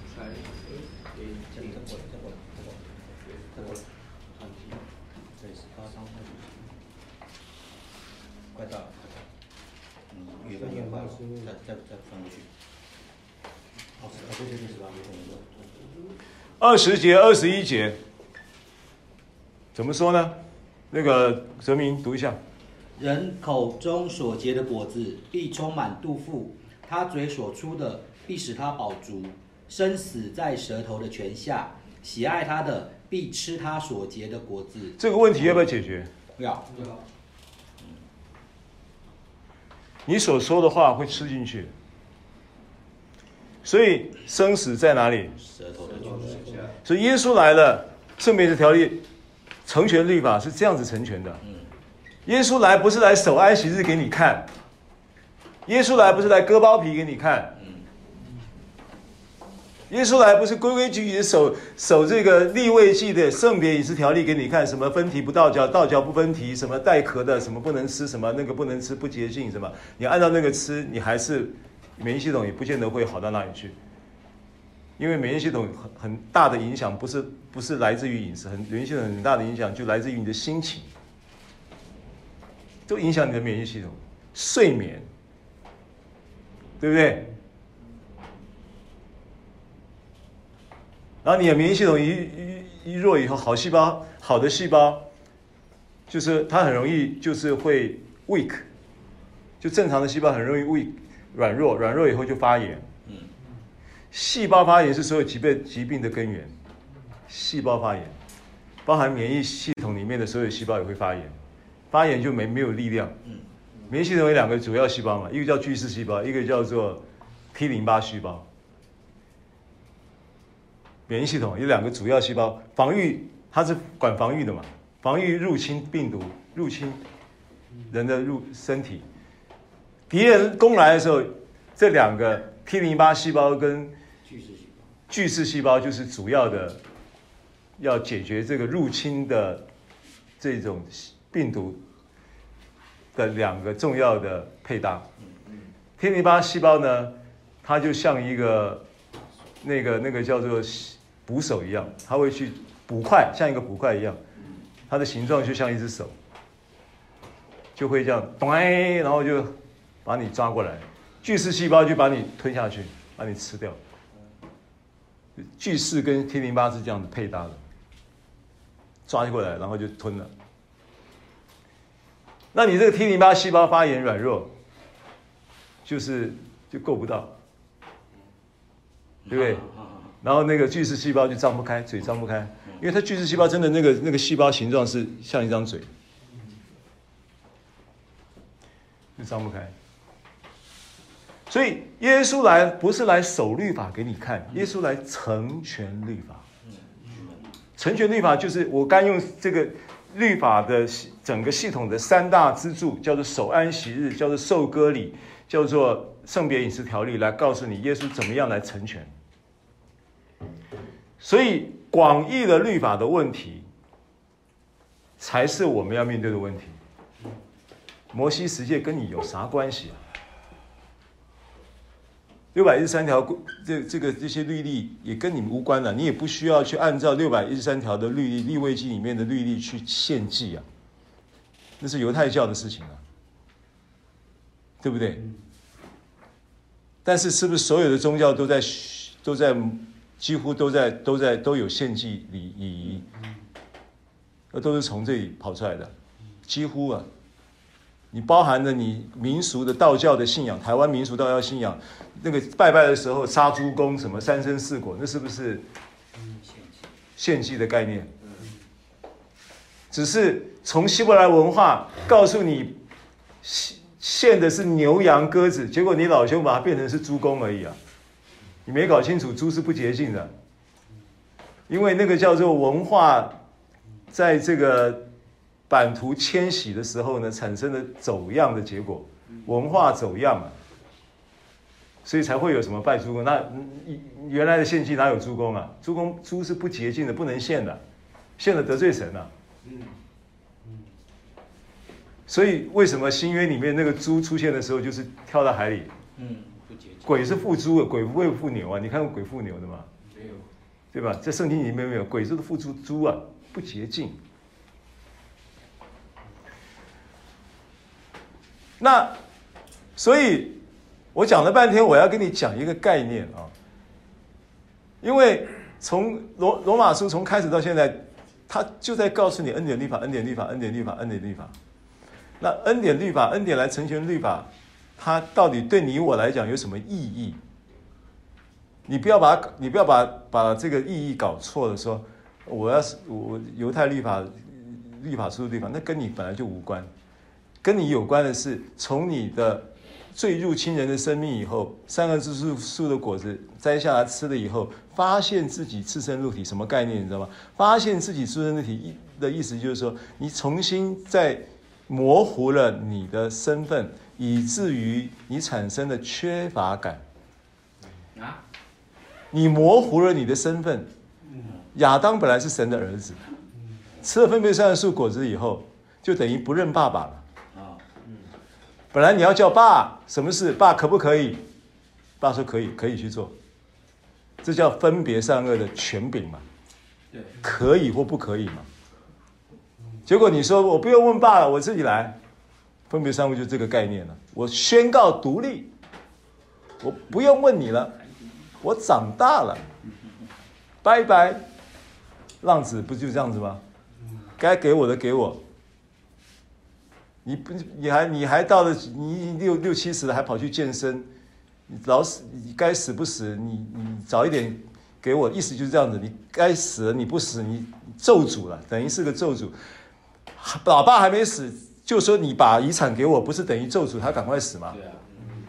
快到了，嗯，越翻越快，再再再翻过去。哦，对对对，是吧？ 二十节、二十一节，怎么说呢？那个哲明读一下。 人口中所结的果子必充满肚腹。他嘴所出的必使他饱足，生死在舌头的泉下，喜爱他的必吃他所结的果子。 这个问题要不要解决？ 要。 你所说的话会吃进去，所以生死在哪里？ 舌头的泉下。 所以耶稣来了，圣别的条例成全律法是这样子成全的。耶稣来不是来守安息日给你看。耶稣来不是来割包皮给你看，耶稣来不是规规矩矩的守守这个利未记的圣别饮食条例给你看，什么分蹄不倒嚼，倒嚼不分蹄，什么带壳的，什么不能吃，什么那个不能吃，不洁净，什么你按照那个吃，你还是免疫系统也不见得会好到哪里去，因为免疫系统很很大的影响不是不是来自于饮食，很免疫系统很大的影响就来自于你的心情，都影响你的免疫系统，睡眠。对不对？然后你的免疫系统一一一弱以后，好细胞、好的细胞，就是它很容易就是会 weak， 就正常的细胞很容易 weak 软弱，软弱以后就发炎。细胞发炎是所有疾病疾病的根源，细胞发炎，包含免疫系统里面的所有细胞也会发炎，发炎就没没有力量。免疫系统有两个主要细胞嘛，一个叫巨噬细胞，一个叫做 T 淋巴细胞。免疫系统有两个主要细胞，防御它是管防御的嘛，防御入侵病毒，入侵人的入身体。敌人攻来的时候，这两个 T 淋巴细胞跟巨噬细胞就是主要的，要解决这个入侵的这种病毒的两个重要的配搭。T 淋巴细胞呢，它就像一个那个那个叫做捕手一样，它会去捕快，像一个捕快一样，它的形状就像一只手，就会这样，咚，然后就把你抓过来。巨噬细胞就把你吞下去，把你吃掉。 巨噬跟 T 淋巴是这样子配搭的，抓过来然后就吞了。那你这个 T 淋巴细胞发炎软弱，就是就够不到，对不对？然后那个巨噬细胞就张不开，嘴张不开，因为它巨噬细胞真的那个那个细胞形状是像一张嘴，就张不开。所以耶稣来不是来守律法给你看，耶稣来成全律法。成全律法就是我刚用这个律法的整个系统的三大支柱，叫做守安息日，叫做受割礼，叫做圣别饮食条例，来告诉你耶稣怎么样来成全。所以广义的律法的问题，才是我们要面对的问题。摩西十诫跟你有啥关系啊？六百一十三条，这这个这些律例也跟你们无关了，你也不需要去按照六百一十三条的律例、利未记里面的律例去献祭啊，那是犹太教的事情啊，对不对？但是是不是所有的宗教都在都在几乎都在都在都有献祭礼礼仪，那都是从这里跑出来的，几乎啊。你包含了你民俗的道教的信仰，台湾民俗道教信仰，那个拜拜的时候杀猪公什么三生四果，那是不是献祭的概念？只是从希伯来文化告诉你献的是牛羊鸽子，结果你老兄把它变成是猪公而已啊！你没搞清楚猪是不洁净的，因为那个叫做文化在这个版图迁徙的时候呢，产生了走样的结果，文化走样嘛，所以才会有什么拜猪公。那原来的献祭哪有猪公啊？猪公猪是不洁净的，不能献的，献了得罪神啊。所以为什么新约里面那个猪出现的时候，就是跳到海里？ 嗯，不洁净。 鬼是附猪的，鬼不会附牛啊。你看过鬼附牛的吗？ 没有， 对吧？在圣经里面没有，鬼就是附猪猪啊，不洁净。那，所以我讲了半天，我要跟你讲一个概念啊，因为从罗罗马书从开始到现在，他就在告诉你恩典律法、恩典律法、恩典律法、恩典律法。那恩典律法、恩典来成全律法，它到底对你我来讲有什么意义？你不要把你不要把把这个意义搞错了，说我要是我犹太律法、律法书的律法，那跟你本来就无关。跟你有关的是，从你的罪入侵人的生命以后，善恶之树树的果子摘下来吃了以后，发现自己赤身露体，什么概念？你知道吗？发现自己赤身露体的意思就是说，你重新在模糊了你的身份，以至于你产生了缺乏感。 啊？你模糊了你的身份。亚当本来是神的儿子，吃了分别善恶树果子以后，就等于不认爸爸了。本来你要叫爸，什么事？爸可不可以？爸说可以，可以去做。这叫分别善恶的权柄嘛？对，可以或不可以嘛？结果你说我不用问爸了，我自己来。分别善恶就这个概念了。我宣告独立，我不用问你了，我长大了，拜拜。浪子不就这样子吗？该给我的给我。你不，你还你还到了你六六七十了，还跑去健身，你老死，你该死不死，你你早一点给我，意思就是这样子，你该死了你不死，你咒诅了，等于是个咒诅。老爸还没死，就说你把遗产给我，不是等于咒诅他赶快死吗？对啊。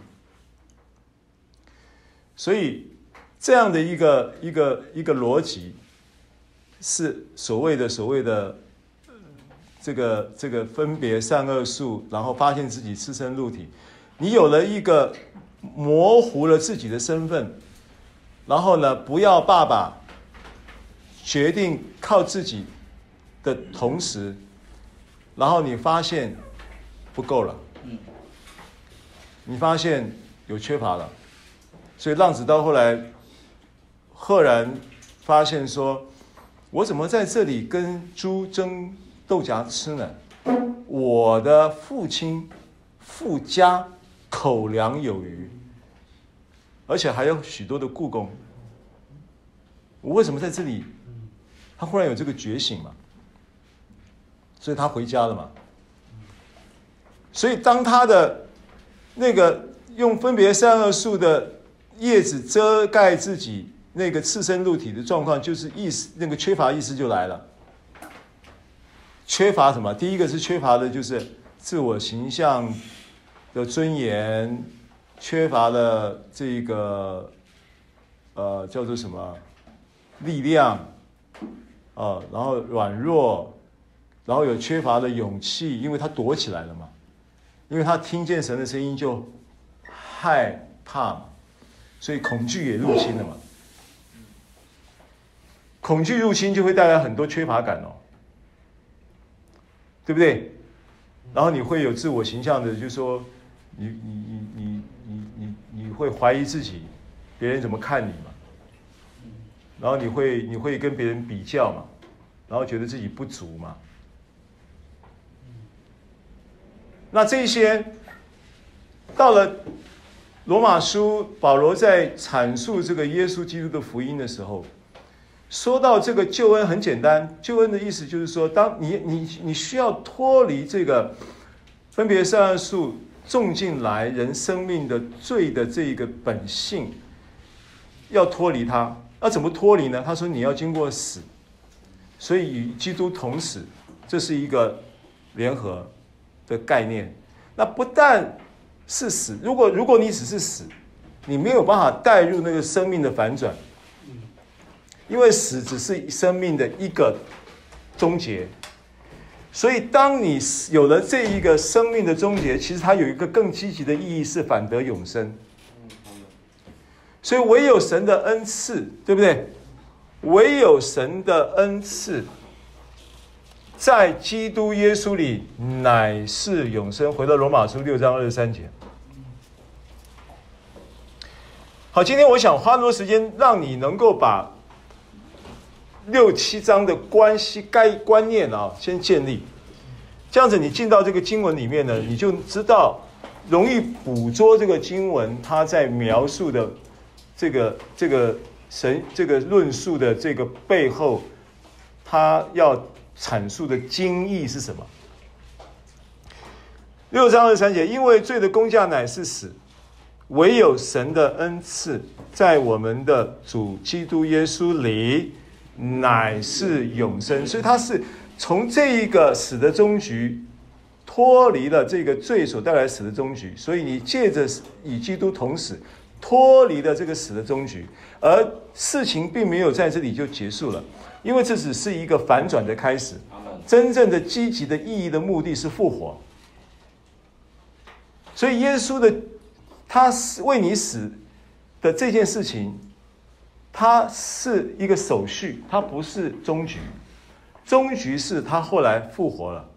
所以这样的一个一个一个逻辑，是所谓的所谓的。这个这个分别善恶树，然后发现自己赤身露体，你有了一个模糊了自己的身份，然后呢，不要爸爸，决定靠自己的同时，然后你发现不够了，你发现有缺乏了，所以浪子到后来赫然发现说，我怎么在这里跟猪争豆荚吃呢？我的父亲富家口粮有余，而且还有许多的雇工。 我为什么在这里？他忽然有这个觉醒嘛，所以他回家了嘛。所以当他的那个用分别善恶树的叶子遮盖自己那个赤身露体的状况，就是意识那个缺乏意识就来了。缺乏什么？第一个是缺乏的就是自我形象的尊严，缺乏了这个呃叫做什么力量啊、呃，然后软弱，然后有缺乏的勇气，因为他躲起来了嘛，因为他听见神的声音就害怕嘛，所以恐惧也入侵了嘛。恐惧入侵就会带来很多缺乏感哦，对不对？然后你会有自我形象的，就是说你你你你你你你会怀疑自己，别人怎么看你嘛？然后你会你会跟别人比较嘛，然后觉得自己不足嘛。那这些到了罗马书，保罗在阐述这个耶稣基督的福音的时候，说到这个救恩很简单，救恩的意思就是说，当你你你需要脱离这个分别善恶树种进来人生命的罪的这个本性，要脱离它。那怎么脱离呢？他说你要经过死，所以与基督同死，这是一个联合的概念。那不但是死，如果如果你只是死，你没有办法带入那个生命的反转，因为死只是生命的一个终结。所以当你有了这一个生命的终结，其实它有一个更积极的意义，是反得永生。所以唯有神的恩赐，对不对？唯有神的恩赐在基督耶稣里乃是永生。回到罗马书六章二十三节。好，今天我想花多时间让你能够把六七章的关系该观念啊先建立，这样子你进到这个经文里面呢，你就知道容易捕捉这个经文它在描述的这个这个神这个论述的这个背后，它要阐述的经义是什么？六章二十三节，因为罪的工价乃是死，唯有神的恩赐在我们的主基督耶稣里乃是永生。所以它是从这一个死的终局脱离了这个罪所带来死的终局，所以你借着与基督同死脱离了这个死的终局，而事情并没有在这里就结束了，因为这只是一个反转的开始。真正的积极的意义的目的是复活。所以耶稣的他为你死的这件事情，它是一个手续，它不是终局。终局是他后来复活了，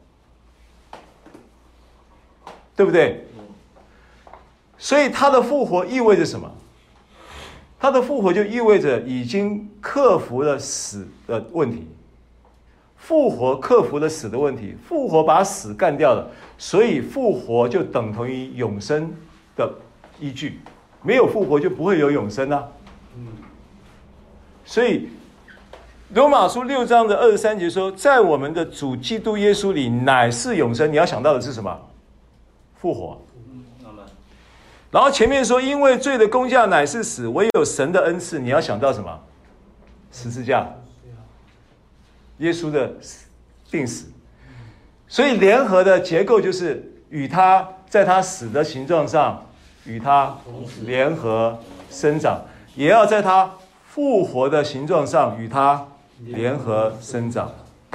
对不对？所以他的复活意味着什么？他的复活就意味着已经克服了死的问题，复活克服了死的问题，复活把死干掉了，所以复活就等同于永生的依据，没有复活就不会有永生啊。所以罗马书六章的二十三节说，在我们的主基督耶稣里乃是永生，你要想到的是什么？复活。然后前面说，因为罪的工价乃是死，唯有神的恩赐，你要想到什么？十字架，耶稣的定死。所以联合的结构就是与他在他死的形状上与他联合生长，也要在他复活的形状上与他联合生长。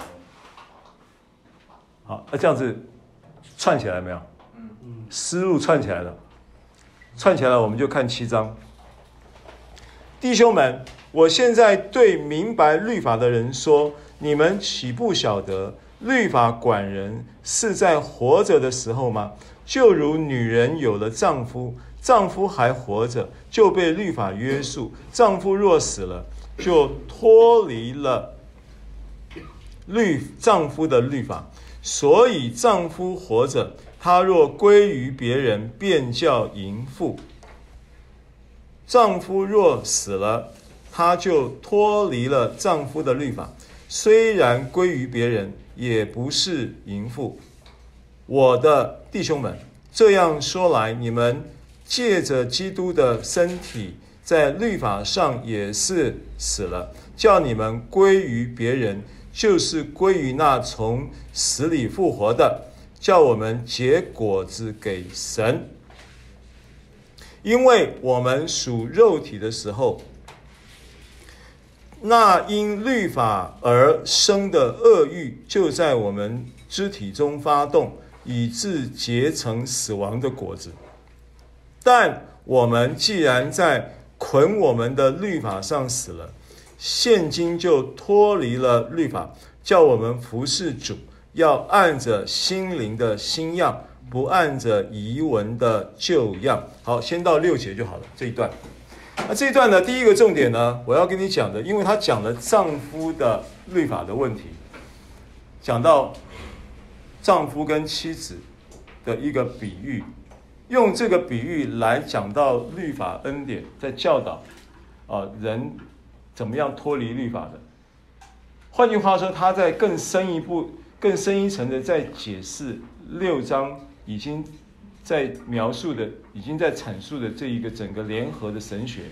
好，那这样子串起来没有？思路串起来了。串起来了，我们就看七章。弟兄们，我现在对明白律法的人说，你们岂不晓得律法管人是在活着的时候吗？就如女人有了丈夫，丈夫还活着，就被律法约束；丈夫若死了，就脱离了律丈夫的律法。所以丈夫活着，他若归于别人，便叫淫妇；丈夫若死了， 她就脱离了丈夫的律法，虽然归于别人，也不是淫妇。我的弟兄们，这样说来，你们借着基督的身体，在律法上也是死了，叫你们归于别人，就是归于那从死里复活的，叫我们结果子给神。因为我们属肉体的时候，那因律法而生的恶欲就在我们肢体中发动，以致结成死亡的果子。但我们既然在捆我们的律法上死了，现今就脱离了律法，叫我们服侍主，要按着心灵的新样，不按着遗文的旧样。好，先到六节就好了，这一段。那这一段呢，第一个重点呢，我要跟你讲的，因为他讲了丈夫的律法的问题，讲到丈夫跟妻子的一个比喻，用这个比喻来讲到律法恩典，在教导啊、呃、人怎么样脱离律法的。换句话说，他在更深一步、更深一层的在解释六章已经在描述的、已经在阐述的这一个整个联合的神学。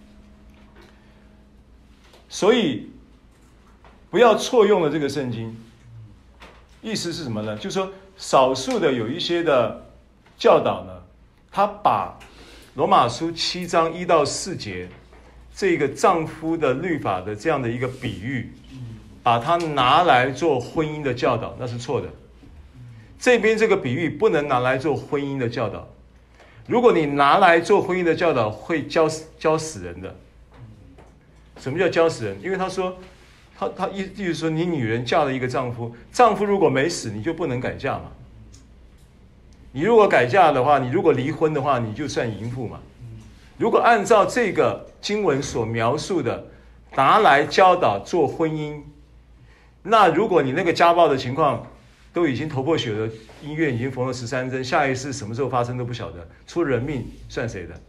所以不要错用了这个圣经。意思是什么呢？就是说，少数的有一些的教导呢，他把罗马书七章一到四节这个丈夫的律法的这样的一个比喻，把它拿来做婚姻的教导，那是错的。这边这个比喻不能拿来做婚姻的教导。如果你拿来做婚姻的教导，会教教死人的。什么叫教死人？因为他说，他他意意思说，你女人嫁了一个丈夫，丈夫如果没死，你就不能改嫁嘛。你如果改嫁的话，你如果离婚的话，你就算淫妇嘛。如果按照这个经文所描述的，拿来教导做婚姻，那如果你那个家暴的情况都已经头破血流，医院已经缝了十三针，下一次什么时候发生都不晓得，出人命算谁的？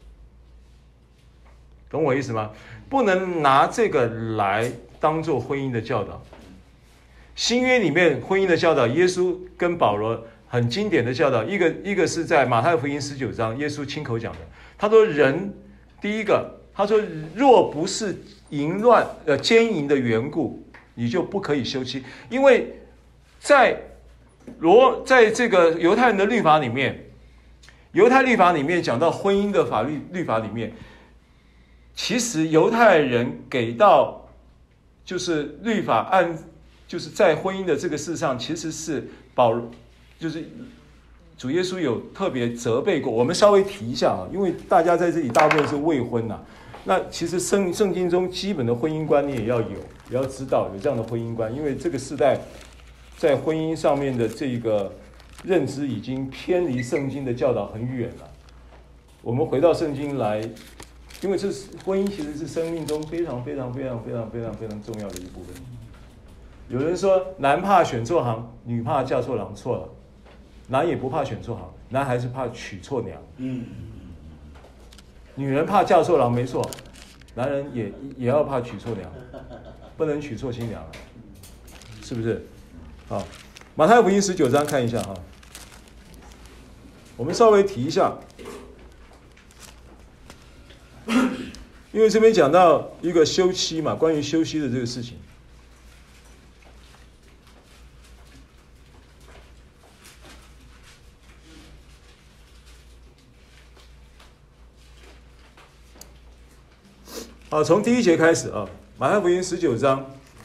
懂我意思吗？不能拿这个来当做婚姻的教导。新约里面婚姻的教导，耶稣跟保罗很经典的教导，一个一个是在马太福音十九章，耶稣亲口讲的。他说人，第一个，他说若不是淫乱呃奸淫的缘故，你就不可以休妻，因为在罗在这个犹太人的律法里面，犹太律法里面讲到婚姻的法律律法里面，其实犹太人给到就是律法按就是在婚姻的这个事上，其实是保就是主耶稣有特别责备过。我们稍微提一下啊，因为大家在这里大部分是未婚呐、啊。那其实圣圣经中基本的婚姻观你也要有，也要知道有这样的婚姻观，因为这个时代在婚姻上面的这个认知已经偏离圣经的教导很远了。我们回到圣经来，因为这是婚姻其实是生命中非常非常非常非常非常非常重要的一部分。有人说男怕选错行，女怕嫁错郎，错了。男也不怕选错行，男还是怕娶错娘。嗯，女人怕嫁错郎没错，男人也也要怕娶错娘，不能娶错新娘，是不是？好，马太福音十九章看一下哈，我们稍微提一下，因为这边讲到一个休妻嘛，关于休妻的这个事情。好，从第一节开始啊，马太福音十九章。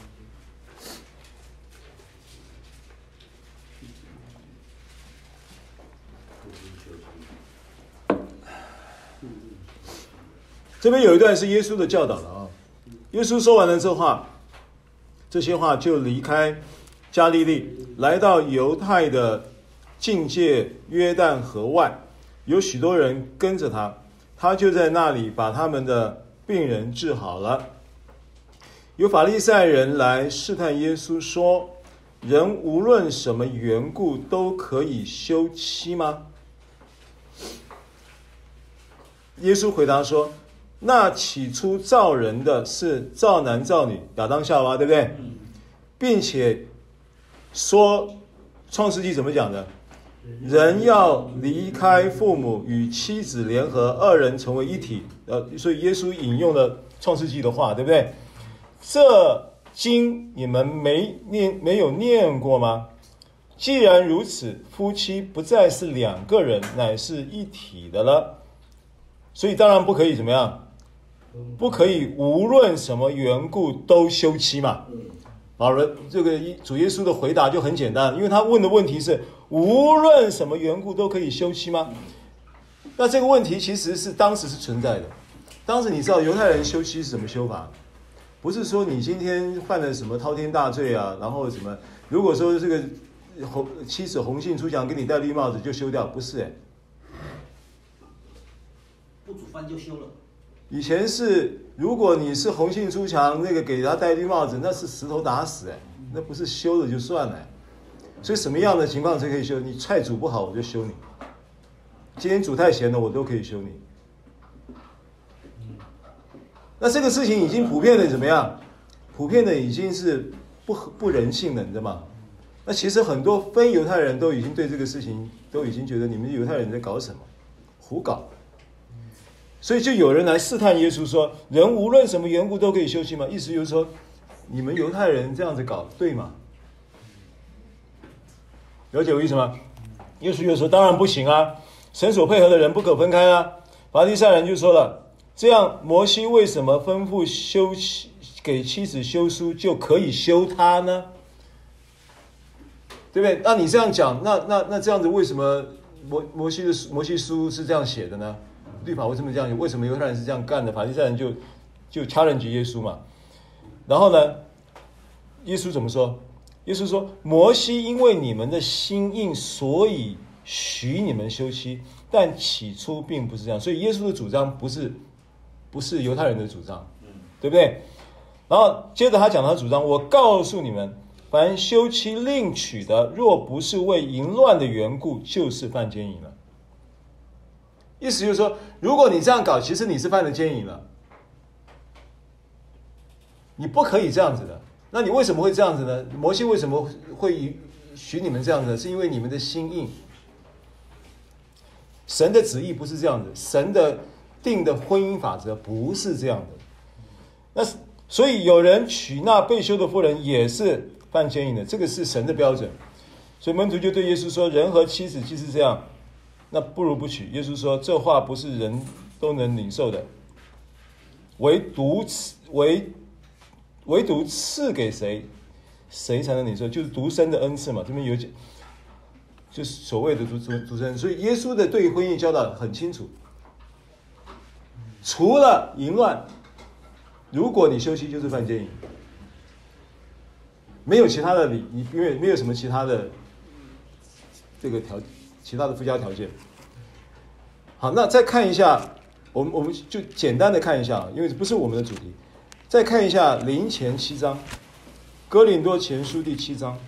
这边有一段是耶稣的教导了啊。耶稣说完了这话，这些话就离开加利利，来到犹太的境界约旦河外，有许多人跟着他，他就在那里把他们的病人治好了。有法利赛人来试探耶稣说，人无论什么缘故都可以休妻吗？耶稣回答说， 那起初造人的是造男造女，亚当夏娃，对不对？并且说创世纪怎么讲的？人要离开父母，与妻子联合，二人成为一体。呃，所以耶稣引用了创世纪的话，对不对？这经你们没念没有念过吗？既然如此，夫妻不再是两个人，乃是一体的了。所以当然不可以怎么样？不可以无论什么缘故都休妻嘛。好了，这个主耶稣的回答就很简单，因为他问的问题是无论什么缘故都可以休妻吗？那这个问题其实是当时是存在的。当时你知道犹太人休妻是怎么休法？不是说你今天犯了什么滔天大罪啊，然后什么，如果说这个妻子红杏出墙给你戴绿帽子就休掉，不是哎、欸。 不煮饭就休了。 以前是，如果你是红杏出墙，那个给他戴绿帽子，那是石头打死哎，那不是休了就算了。所以什么样的情况才可以休？你菜煮不好我就休你，今天煮太咸了我都可以休你。那这个事情已经普遍的怎么样？普遍的已经是不不人性了，你知道吗？那其实很多非犹太人都已经对这个事情都已经觉得你们犹太人在搞什么，胡搞。所以就有人来试探耶稣说，人无论什么缘故都可以休妻吗？意思就是说，你们犹太人这样子搞对吗？了解我意思吗？耶稣就说当然不行啊，神所配合的人不可分开啊。法利赛人就说了，这样摩西为什么吩咐休妻给妻子休书就可以休他呢？对不对？那你这样讲，那那那这样子为什么摩摩西的摩西书是这样写的呢？律法为什么这样写？为什么犹太人是这样干的？法利赛人就就challenge耶稣嘛。然后呢，耶稣怎么说？耶稣说：“摩西因为你们的心硬，所以许你们休妻，但起初并不是这样。”所以耶稣的主张不是不是犹太人的主张，对不对？然后接着他讲他的主张：“我告诉你们，凡休妻另娶的，若不是为淫乱的缘故，就是犯奸淫了。”意思就是说，如果你这样搞，其实你是犯了奸淫了，你不可以这样子的。那你为什么会这样子呢？摩西为什么会许你们这样子呢？是因为你们的心硬。神的旨意不是这样子，神的定的婚姻法则不是这样的。那所以有人娶那被休的妇人也是犯奸淫的，这个是神的标准。所以门徒就对耶稣说：“人和妻子既是这样，那不如不娶。”耶稣说：“这话不是人都能领受的，唯独唯唯独赐给谁，谁才能领受？就是独生的恩赐嘛。这边有讲，就是所谓的独独独生。所以耶稣的对婚姻教导很清楚，除了淫乱，如果你休妻就是犯奸淫，没有其他的理，你因为没有什么其他的这个条，其他的附加条件。好，那再看一下，我们我们就简单的看一下，因为不是我们的主题。再看一下林前七章，哥林多前书第七章。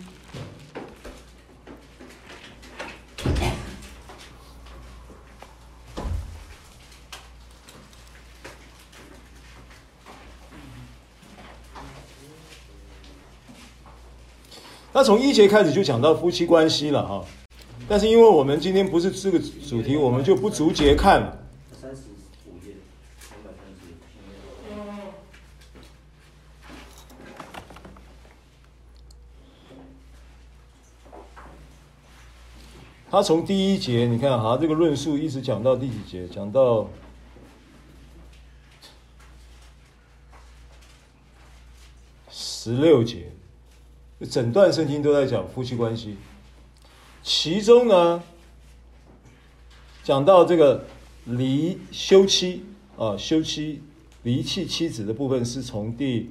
那从一节开始就讲到夫妻关系了哈，但是因为我们今天不是这个主题，我们就不逐节看了。 三十五页，两百三十。 他从第一节，你看哈，这个论述一直讲到第几节？讲到十六节，整段圣经都在讲夫妻关系。其中呢，讲到这个离休妻啊，休妻离弃妻子的部分，是从第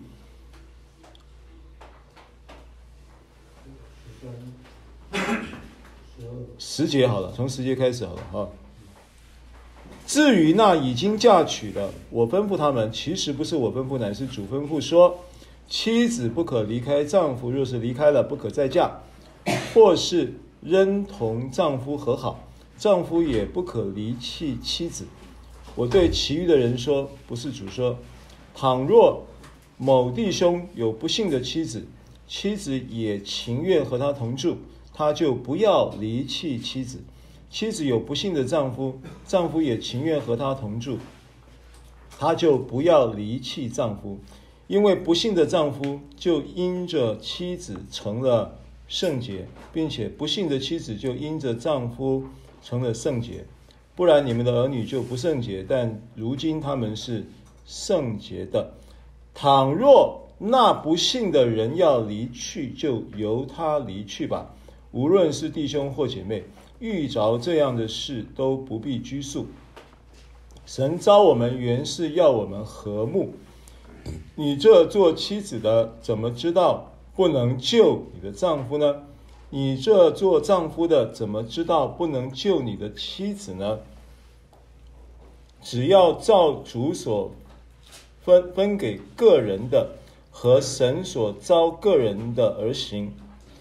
十节好了，从十节开始好了哈。至于那已经嫁娶的，我吩咐他们，其实不是我吩咐，乃是主吩咐说，妻子不可离开丈夫，若是离开了，不可再嫁；或是仍同丈夫和好，丈夫也不可离弃妻子。 我对其余的人说，不是主说，倘若某弟兄有不幸的妻子，妻子也情愿和他同住，他就不要离弃妻子；妻子有不幸的丈夫，丈夫也情愿和他同住，他就不要离弃丈夫。因为不幸的丈夫就因着妻子成了圣洁，并且不幸的妻子就因着丈夫成了圣洁。不然你们的儿女就不圣洁，但如今他们是圣洁的。倘若那不幸的人要离去，就由他离去吧。无论是弟兄或姐妹，遇着这样的事都不必拘束。神召我们原是要我们和睦。你这做妻子的，怎么知道不能救你的丈夫呢？你这做丈夫的，怎么知道不能救你的妻子呢？只要照主所分分给个人的和神所召个人的而行。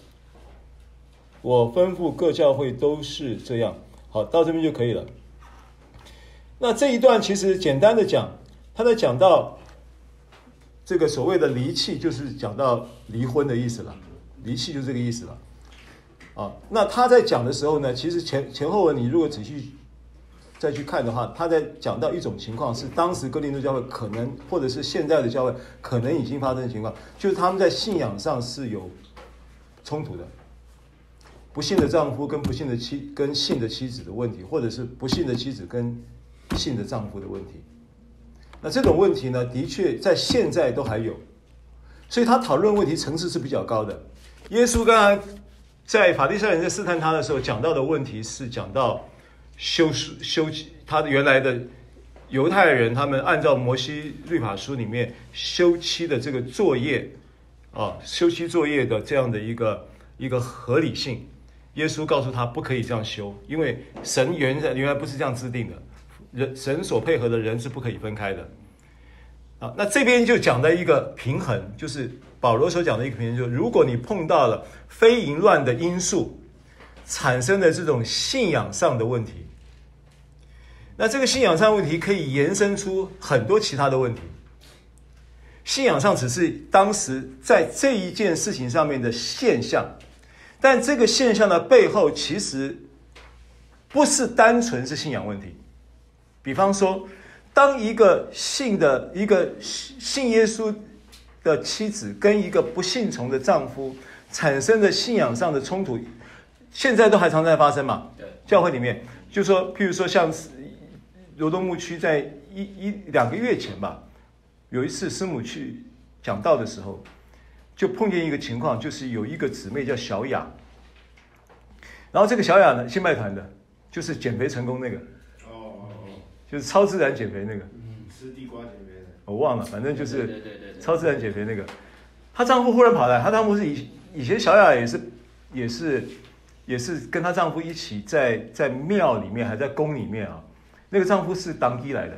我吩咐各教会都是这样。好，到这边就可以了。那这一段其实简单的讲，他在讲到这个所谓的离弃，就是讲到离婚的意思了。离弃就是这个意思了。啊，那他在讲的时候呢，其实前前后文你如果仔细再去看的话，他在讲到一种情况，是当时哥林多教会可能，或者是现在的教会可能已经发生的情况，就是他们在信仰上是有冲突的。不信的丈夫跟不信的妻跟信的妻子的问题，或者是不信的妻子跟信的丈夫的问题。那这种问题呢，的确在现在都还有，所以他讨论问题层次是比较高的。耶稣刚才在法利赛人在试探他的时候讲到的问题是讲到修修他的原来的犹太人，他们按照摩西律法书里面休妻的这个作业啊，休妻作业的这样的一个一个合理性。耶稣告诉他不可以这样修，因为神原来原来不是这样制定的，人神所配合的人是不可以分开的。啊，那这边就讲的一个平衡，就是保罗所讲的一个平衡，就是如果你碰到了非淫乱的因素产生的这种信仰上的问题，那这个信仰上问题可以延伸出很多其他的问题。信仰上只是当时在这一件事情上面的现象，但这个现象的背后其实不是单纯是信仰问题。比方说，当一个信的一个信耶稣的妻子跟一个不信从的丈夫产生的信仰上的冲突，现在都还常在发生嘛？教会里面，就说，譬如说像罗东牧区在一一两个月前吧，有一次师母去讲道的时候，就碰见一个情况，就是有一个姊妹叫小雅，然后这个小雅呢，新拜团的，就是减肥成功那个， 哦哦哦， 就是超自然减肥那个， 嗯，吃地瓜减肥的， 我忘了，反正就是超自然减肥那个。她丈夫忽然跑来，她丈夫是以以前小雅也是也是也是跟她丈夫一起在在庙里面，还在宫里面啊。那个丈夫是当地来的，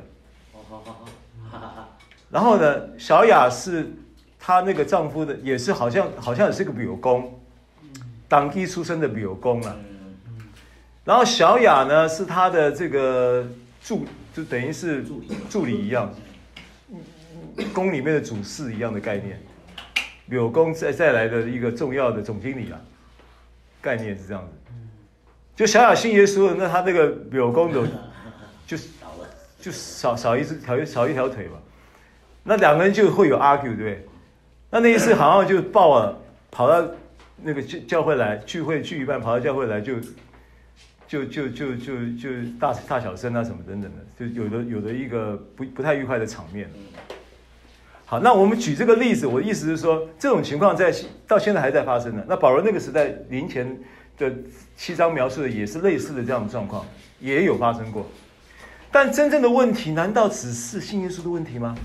然后呢，小雅是她那个丈夫的，也是好像好像也是个biểu公，当地出身的biểu公啊。然后小雅呢是她的这个助，就等于是助理助理一样，宫里面的主事一样的概念。biểu公再再来的一个重要的总经理啊，概念是这样子。就小雅信耶稣了，那他那个biểu公的就就少少一只条少一条腿吧，那两个人就会有 argue， 对不对？那那一次好像就爆了，跑到那个教会来聚会，聚一半跑到教会来就就就就就就大大小声啊什么等等的，就有的有的一个不不太愉快的场面。好，那我们举这个例子，我的意思是说，这种情况在到现在还在发生的。那保罗那个时代临前的七章描述的也是类似的这样的状况，也有发生过。但真正的问题，难道只是信耶稣的问题吗？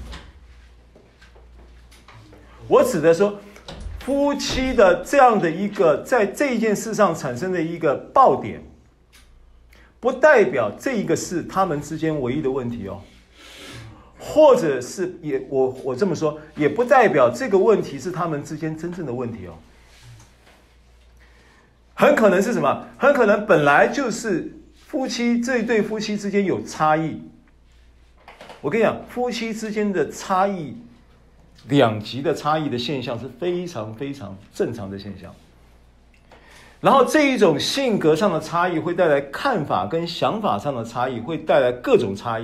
我指的说，夫妻的这样的一个在这一件事上产生的一个爆点，不代表这一个是他们之间唯一的问题哦。或者是也我我这么说，也不代表这个问题是他们之间真正的问题哦。很可能是什么？很可能本来就是夫妻这一对夫妻之间有差异， 我跟你讲，夫妻之间的差异，两极的差异的现象是非常非常正常的现象。然后这一种性格上的差异会带来看法跟想法上的差异，会带来各种差异。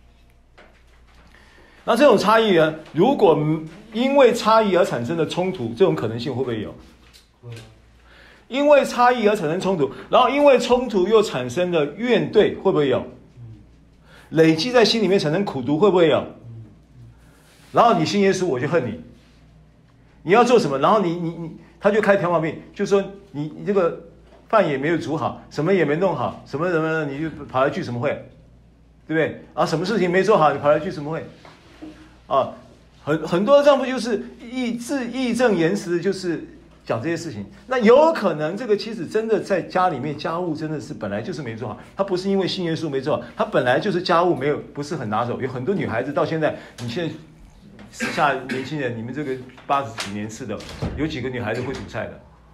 那这种差异呢，如果因为差异而产生的冲突，这种可能性会不会有？因为差异而产生冲突，然后因为冲突又产生的怨怼，会不会有？累积在心里面产生苦毒，会不会有？然后你信耶稣，我就恨你。你要做什么？然后你你你，他就开条毛病，就说你你这个饭也没有煮好，什么也没弄好，什么什么，你就跑来聚什么会，对不对？啊，什么事情没做好，你跑来聚什么会？啊，很很多丈夫就是义字义正言辞，就是讲这些事情。那有可能这个妻子真的在家里面家务真的是本来就是没做好，她不是因为信耶稣没做好，她本来就是家务没有不是很拿手。有很多女孩子到现在，你现在时下年轻人，你们这个八十几年次的，有几个女孩子会煮菜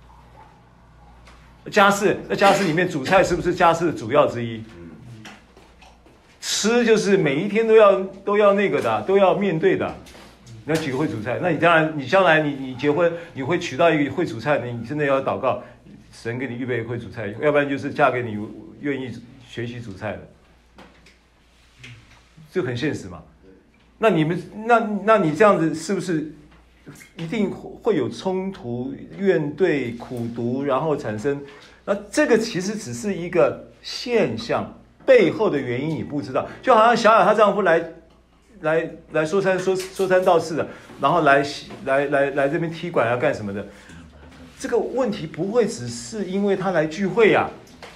的？家事，那家事里面煮菜是不是家事的主要之一？吃就是每一天都要都要那个的，都要面对的。那几个会煮菜，那你当然，你将来你你结婚，你会娶到一个会煮菜的，你真的要祷告，神给你预备会煮菜，要不然就是嫁给你愿意学习煮菜的，这很现实嘛。那你们那那你这样子是不是一定会有冲突、怨怼、苦毒，然后产生？那这个其实只是一个现象。背后的原因你不知道，就好像小雅她丈夫来来来说三说说三道四的，然后来来来来这边踢馆要干什么的，这个问题不会只是因为他来聚会呀、啊，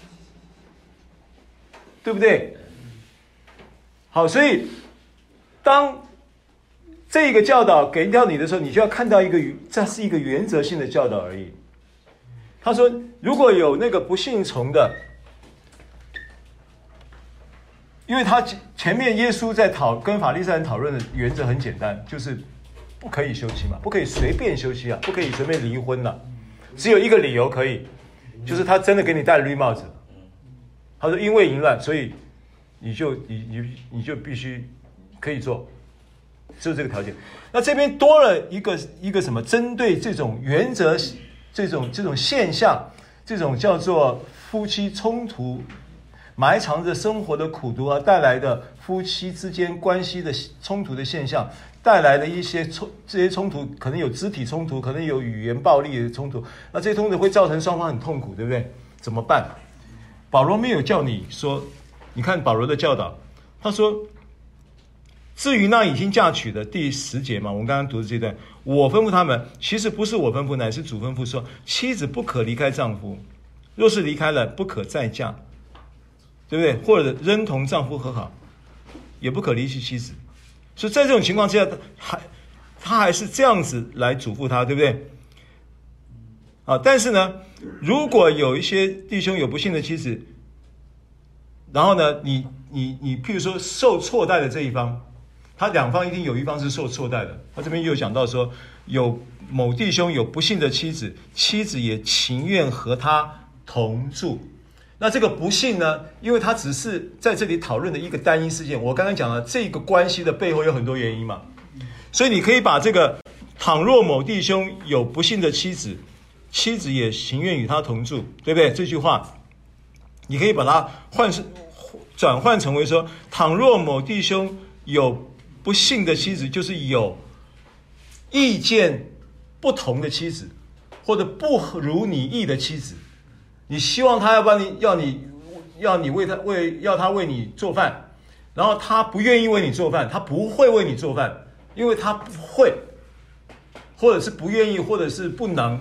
对不对？好，所以当这个教导给到你的时候，你就要看到一个，这是一个原则性的教导而已。他说，如果有那个不信从的。因为他前面耶稣在讨跟法利赛人讨论的原则很简单，就是不可以休妻嘛，不可以随便休妻啊，不可以随便离婚了、啊，只有一个理由可以，就是他真的给你戴绿帽子。他说因为淫乱，所以你就你你你就必须可以做，就是这个条件。那这边多了一个一个什么？针对这种原则、这种这种现象，这种叫做夫妻冲突。埋藏着生活的苦毒而带来的夫妻之间关系的冲突的现象，带来的一些冲这些冲突可能有肢体冲突，可能有语言暴力的冲突，那这些冲突会造成双方很痛苦，对不对？怎么办？保罗没有叫你说，你看保罗的教导，他说，至于那已经嫁娶的，第十节嘛，我们刚刚读的这段，我吩咐他们，其实不是我吩咐，乃是主吩咐说，妻子不可离开丈夫，若是离开了，不可再嫁。对不对？或者仍同丈夫和好，也不可离弃妻子。所以在这种情况之下，他还他还是这样子来嘱咐他，对不对？啊，但是呢，如果有一些弟兄有不幸的妻子，然后呢，你你你，譬如说受错待的这一方，他两方一定有一方是受错待的。他这边又讲到说，有某弟兄有不幸的妻子，妻子也情愿和他同住。那这个不幸呢，因为它只是在这里讨论的一个单一事件，我刚刚讲了这个关系的背后有很多原因嘛，所以你可以把这个倘若某弟兄有不幸的妻子，妻子也情愿与他同住，对不对？这句话你可以把它换转换成为说，倘若某弟兄有不幸的妻子，就是有意见不同的妻子，或者不如你意的妻子，你希望他要帮你，要你，要你为他为要他为你做饭，然后他不愿意为你做饭，他不会为你做饭，因为他不会，或者是不愿意，或者是不能。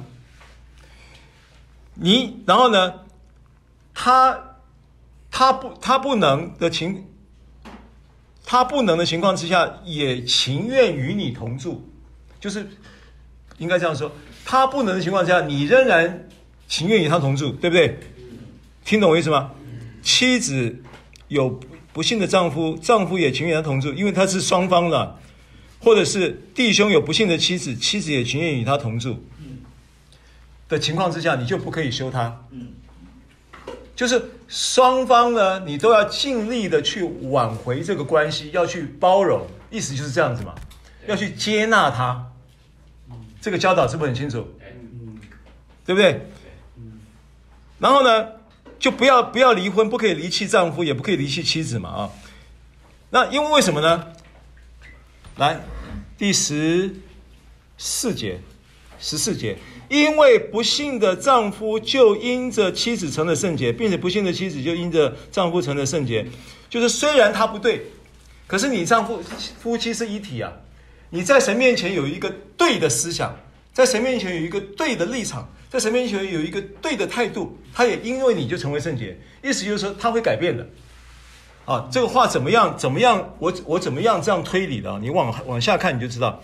你然后呢，他他不他不能的情，他不能的情况之下，也情愿与你同住，就是应该这样说，他不能的情况下，你仍然情愿与他同住，对不对？听懂我意思吗？妻子有不幸的丈夫，丈夫也情愿与他同住，因为他是双方的，或者是弟兄有不幸的妻子，妻子也情愿与他同住的情况之下，你就不可以休他。 就是双方呢，你都要尽力的去挽回这个关系，要去包容，意思就是这样子嘛，要去接纳他。这个教导是不是很清楚？对不对？然后呢，就不要不要离婚，不可以离弃丈夫，也不可以离弃妻子嘛啊。那因为为什么呢？来，第十四节，十四节，因为不信的丈夫就因着妻子成了圣洁，并且不信的妻子就因着丈夫成了圣洁。就是虽然他不对，可是你丈夫夫妻是一体啊。你在神面前有一个对的思想，在神面前有一个对的立场，在神面前有一个对的态度，他也因为你就成为圣洁。意思就是说他会改变的。啊，这个话怎么样？怎么样？我我怎么样这样推理的啊？你往往下看你就知道。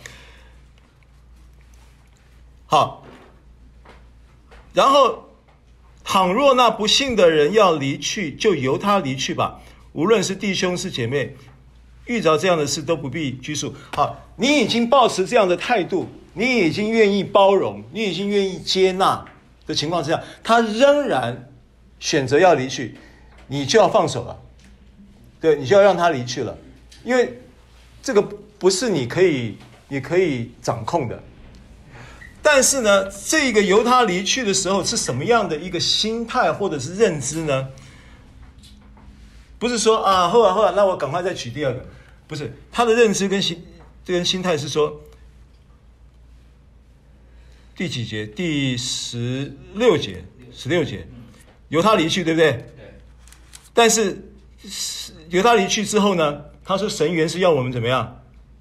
好，然后，倘若那不信的人要离去，就由他离去吧。无论是弟兄是姐妹，遇着这样的事都不必拘束。好，你已经抱持这样的态度，你已经愿意包容，你已经愿意接纳的情况之下，他仍然选择要离去，你就要放手了。对，你就要让他离去了，因为这个不是你可以你可以掌控的。但是呢，这个由他离去的时候是什么样的一个心态或者是认知呢？不是说啊，后来后来，那我赶快再娶第二个，不是他的认知跟心跟心态是说，第几节？第十六节，十六节，由他离去，对不对？对。但是由他离去之后呢，他说神原是要我们怎么样？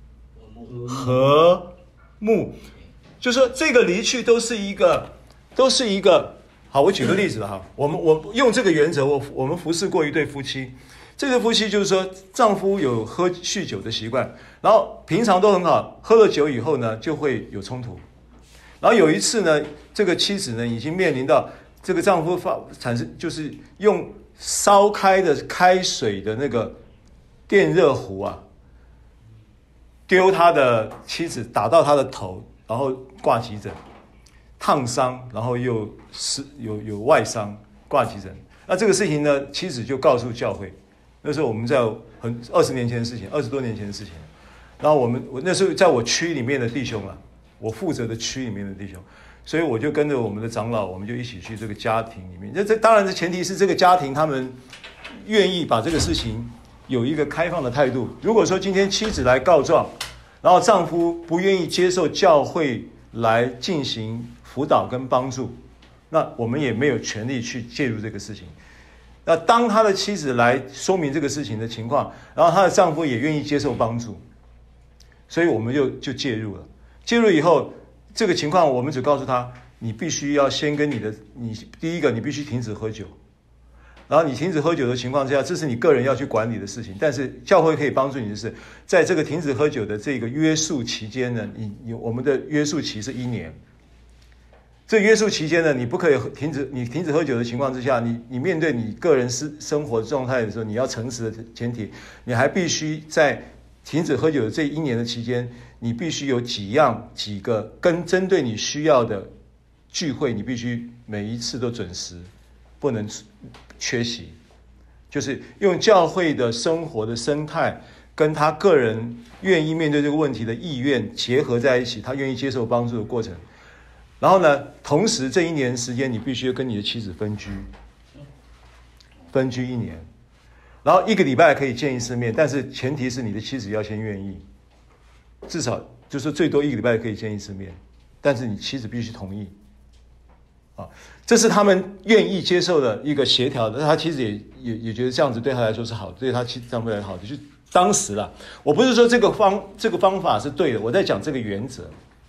和睦。就是说这个离去都是一个都是一个好，我举个例子哈，我们我用这个原则，我我们服侍过一对夫妻，这对夫妻就是说丈夫有喝酗酒的习惯，然后平常都很好，喝了酒以后呢就会有冲突，然后有一次呢，这个妻子呢已经面临到这个丈夫发产生就是用烧开的开水的那个电热壶啊，丢他的妻子，打到他的头，然后挂急诊，烫伤，然后又是有有外伤，挂急诊。那这个事情呢，妻子就告诉教会。那时候我们在很二十年前的事情，二十多年前的事情。然后我们我那时候在我区里面的弟兄啊，我负责的区里面的弟兄，所以我就跟着我们的长老，我们就一起去这个家庭里面。这这当然的前提是这个家庭他们愿意把这个事情有一个开放的态度。如果说今天妻子来告状，然后丈夫不愿意接受教会来进行辅导跟帮助，那我们也没有权利去介入这个事情。那当他的妻子来说明这个事情的情况，然后他的丈夫也愿意接受帮助，所以我们就就介入了。介入以后，这个情况我们只告诉他，你必须要先跟你的你第一个，你必须停止喝酒。然后你停止喝酒的情况之下，这是你个人要去管理的事情，但是教会可以帮助你的是，在这个停止喝酒的这个约束期间呢，你你我们的约束期是一年。这约束期间呢，你不可以停止，你停止喝酒的情况之下，你你面对你个人生生活状态的时候，你要诚实的前提，你还必须在停止喝酒的这一年的期间，你必须有几样几个跟针对你需要的聚会，你必须每一次都准时，不能缺席，就是用教会的生活的生态跟他个人愿意面对这个问题的意愿结合在一起，他愿意接受帮助的过程。然后呢，同时这一年时间你必须跟你的妻子分居，分居一年，然后一个礼拜可以见一次面，但是前提是你的妻子要先愿意，至少就是最多一个礼拜可以见一次面，但是你妻子必须同意。啊，这是他们愿意接受的一个协调的，他妻子也也也觉得这样子对他来说是好的，对他妻子丈夫来说好的。就当时啦，我不是说这个方这个方法是对的，我在讲这个原则，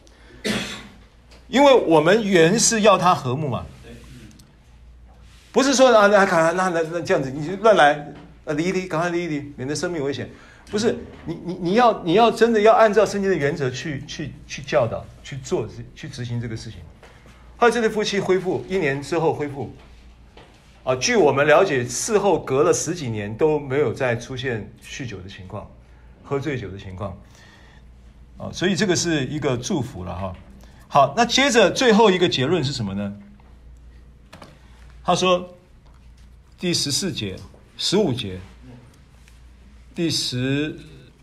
因为我们原是要他和睦嘛，不是说啊那那那那这样子你就乱来，啊离一离，赶快离一离，免得生命危险。不是你你你要你要真的要按照圣经的原则去去去教导去做去执行这个事情。后来这对夫妻恢复，一年之后恢复，啊，据我们了解，事后隔了十几年都没有再出现酗酒的情况，喝醉酒的情况，啊，所以这个是一个祝福了哈。好，那接着最后一个结论是什么呢？他说， 第十四节、十五节、第十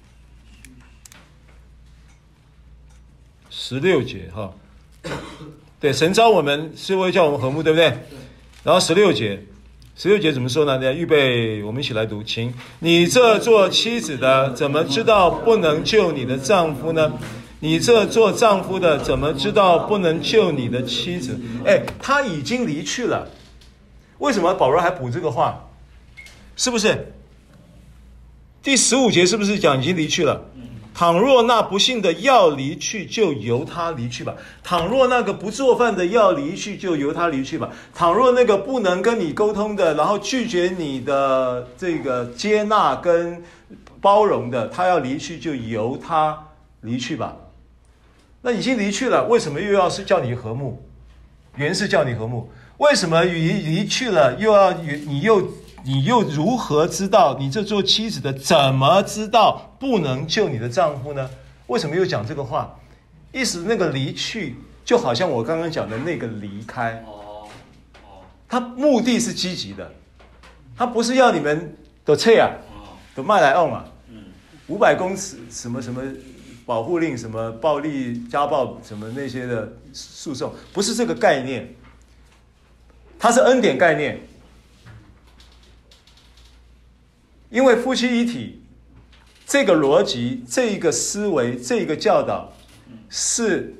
十六节哈。对，神召我们是为叫我们和睦，对不对？然后十六节，十六节怎么说呢？预备，我们一起来读，请你这做妻子的，怎么知道不能救你的丈夫呢？你这做丈夫的，怎么知道不能救你的妻子？哎，他已经离去了，为什么保罗还补这个话？是不是？第十五节是不是讲已经离去了？倘若那不信的要离去，就由他离去吧。倘若那个不做饭的要离去，就由他离去吧。倘若那个不能跟你沟通的，然后拒绝你的这个接纳跟包容的，他要离去，就由他离去吧。那已经离去了，为什么又要是叫你和睦？原是叫你和睦，为什么离离去了又要你又？你又如何知道你这做妻子的怎么知道不能救你的丈夫呢？为什么又讲这个话？意思那个离去就好像我刚刚讲的那个离开，他目的是积极的，他不是要你们都撤啊，都卖来用啊，五百公尺什么什么保护令，什么暴力家暴什么那些的诉讼，不是这个概念，它是恩典概念。因为夫妻一体这个逻辑、这个思维、这个教导是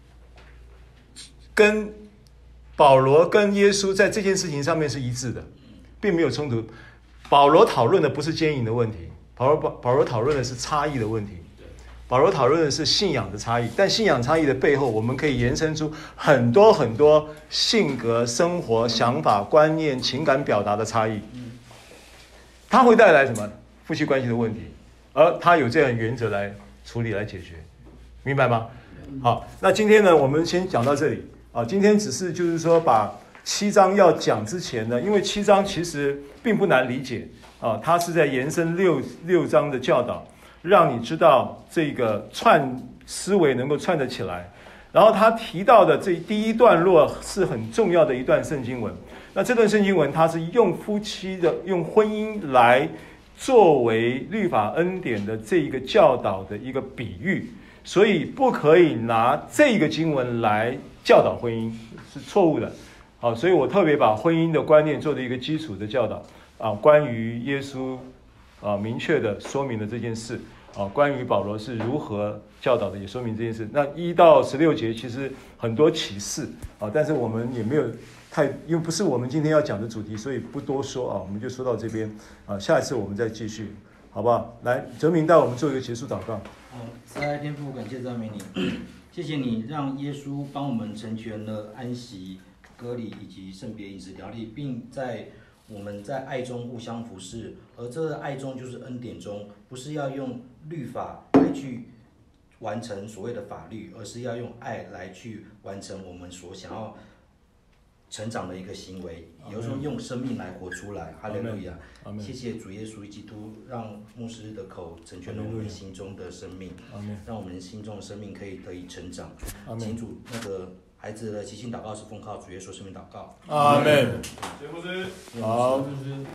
跟保罗跟耶稣在这件事情上面是一致的，并没有冲突。保罗讨论的不是奸淫的问题，保罗保罗讨论的是差异的问题，保罗讨论的是信仰的差异。但信仰差异的背后，我们可以延伸出很多很多性格、生活、想法、观念、情感表达的差异。它会带来什么夫妻关系的问题，而他有这样的原则来处理来解决，明白吗？好，那今天呢，我们先讲到这里啊。今天只是就是说，把七章要讲之前呢，因为七章其实并不难理解啊，它是在延伸六六章的教导，让你知道这个串思维能够串得起来。然后他提到的这第一段落是很重要的一段圣经文。那这段圣经文，它是用夫妻的、用婚姻来作为律法恩典的这一个教导的一个比喻，所以不可以拿这个经文来教导婚姻，是错误的。好，所以我特别把婚姻的观念做了一个基础的教导啊，关于耶稣啊明确的说明了这件事啊，关于保罗是如何教导的也说明这件事。那一到十六节其实很多启示啊，但是我们也没有。太，因为不是我们今天要讲的主题，所以不多说啊，我们就说到这边啊，下一次我们再继续，好不好？来，哲明带我们做一个结束祷告。 好，慈爱天父，感谢赞美你，谢谢你让耶稣帮我们成全了安息、割礼以及圣别饮食条例，并在我们在爱中互相服侍，而这个爱中就是恩典中，不是要用律法来去完成所谓的法律，而是要用爱来去完成我们所想要成长的一个行为，有时候用生命来活出来。哈利路亚！谢谢主耶稣基督，让牧师的口成全了我们心中的生命，让我们心中的生命可以得以成长。请主那个孩子的即兴祷告是奉靠主耶稣生命祷告。 阿门。 谢牧师。 好。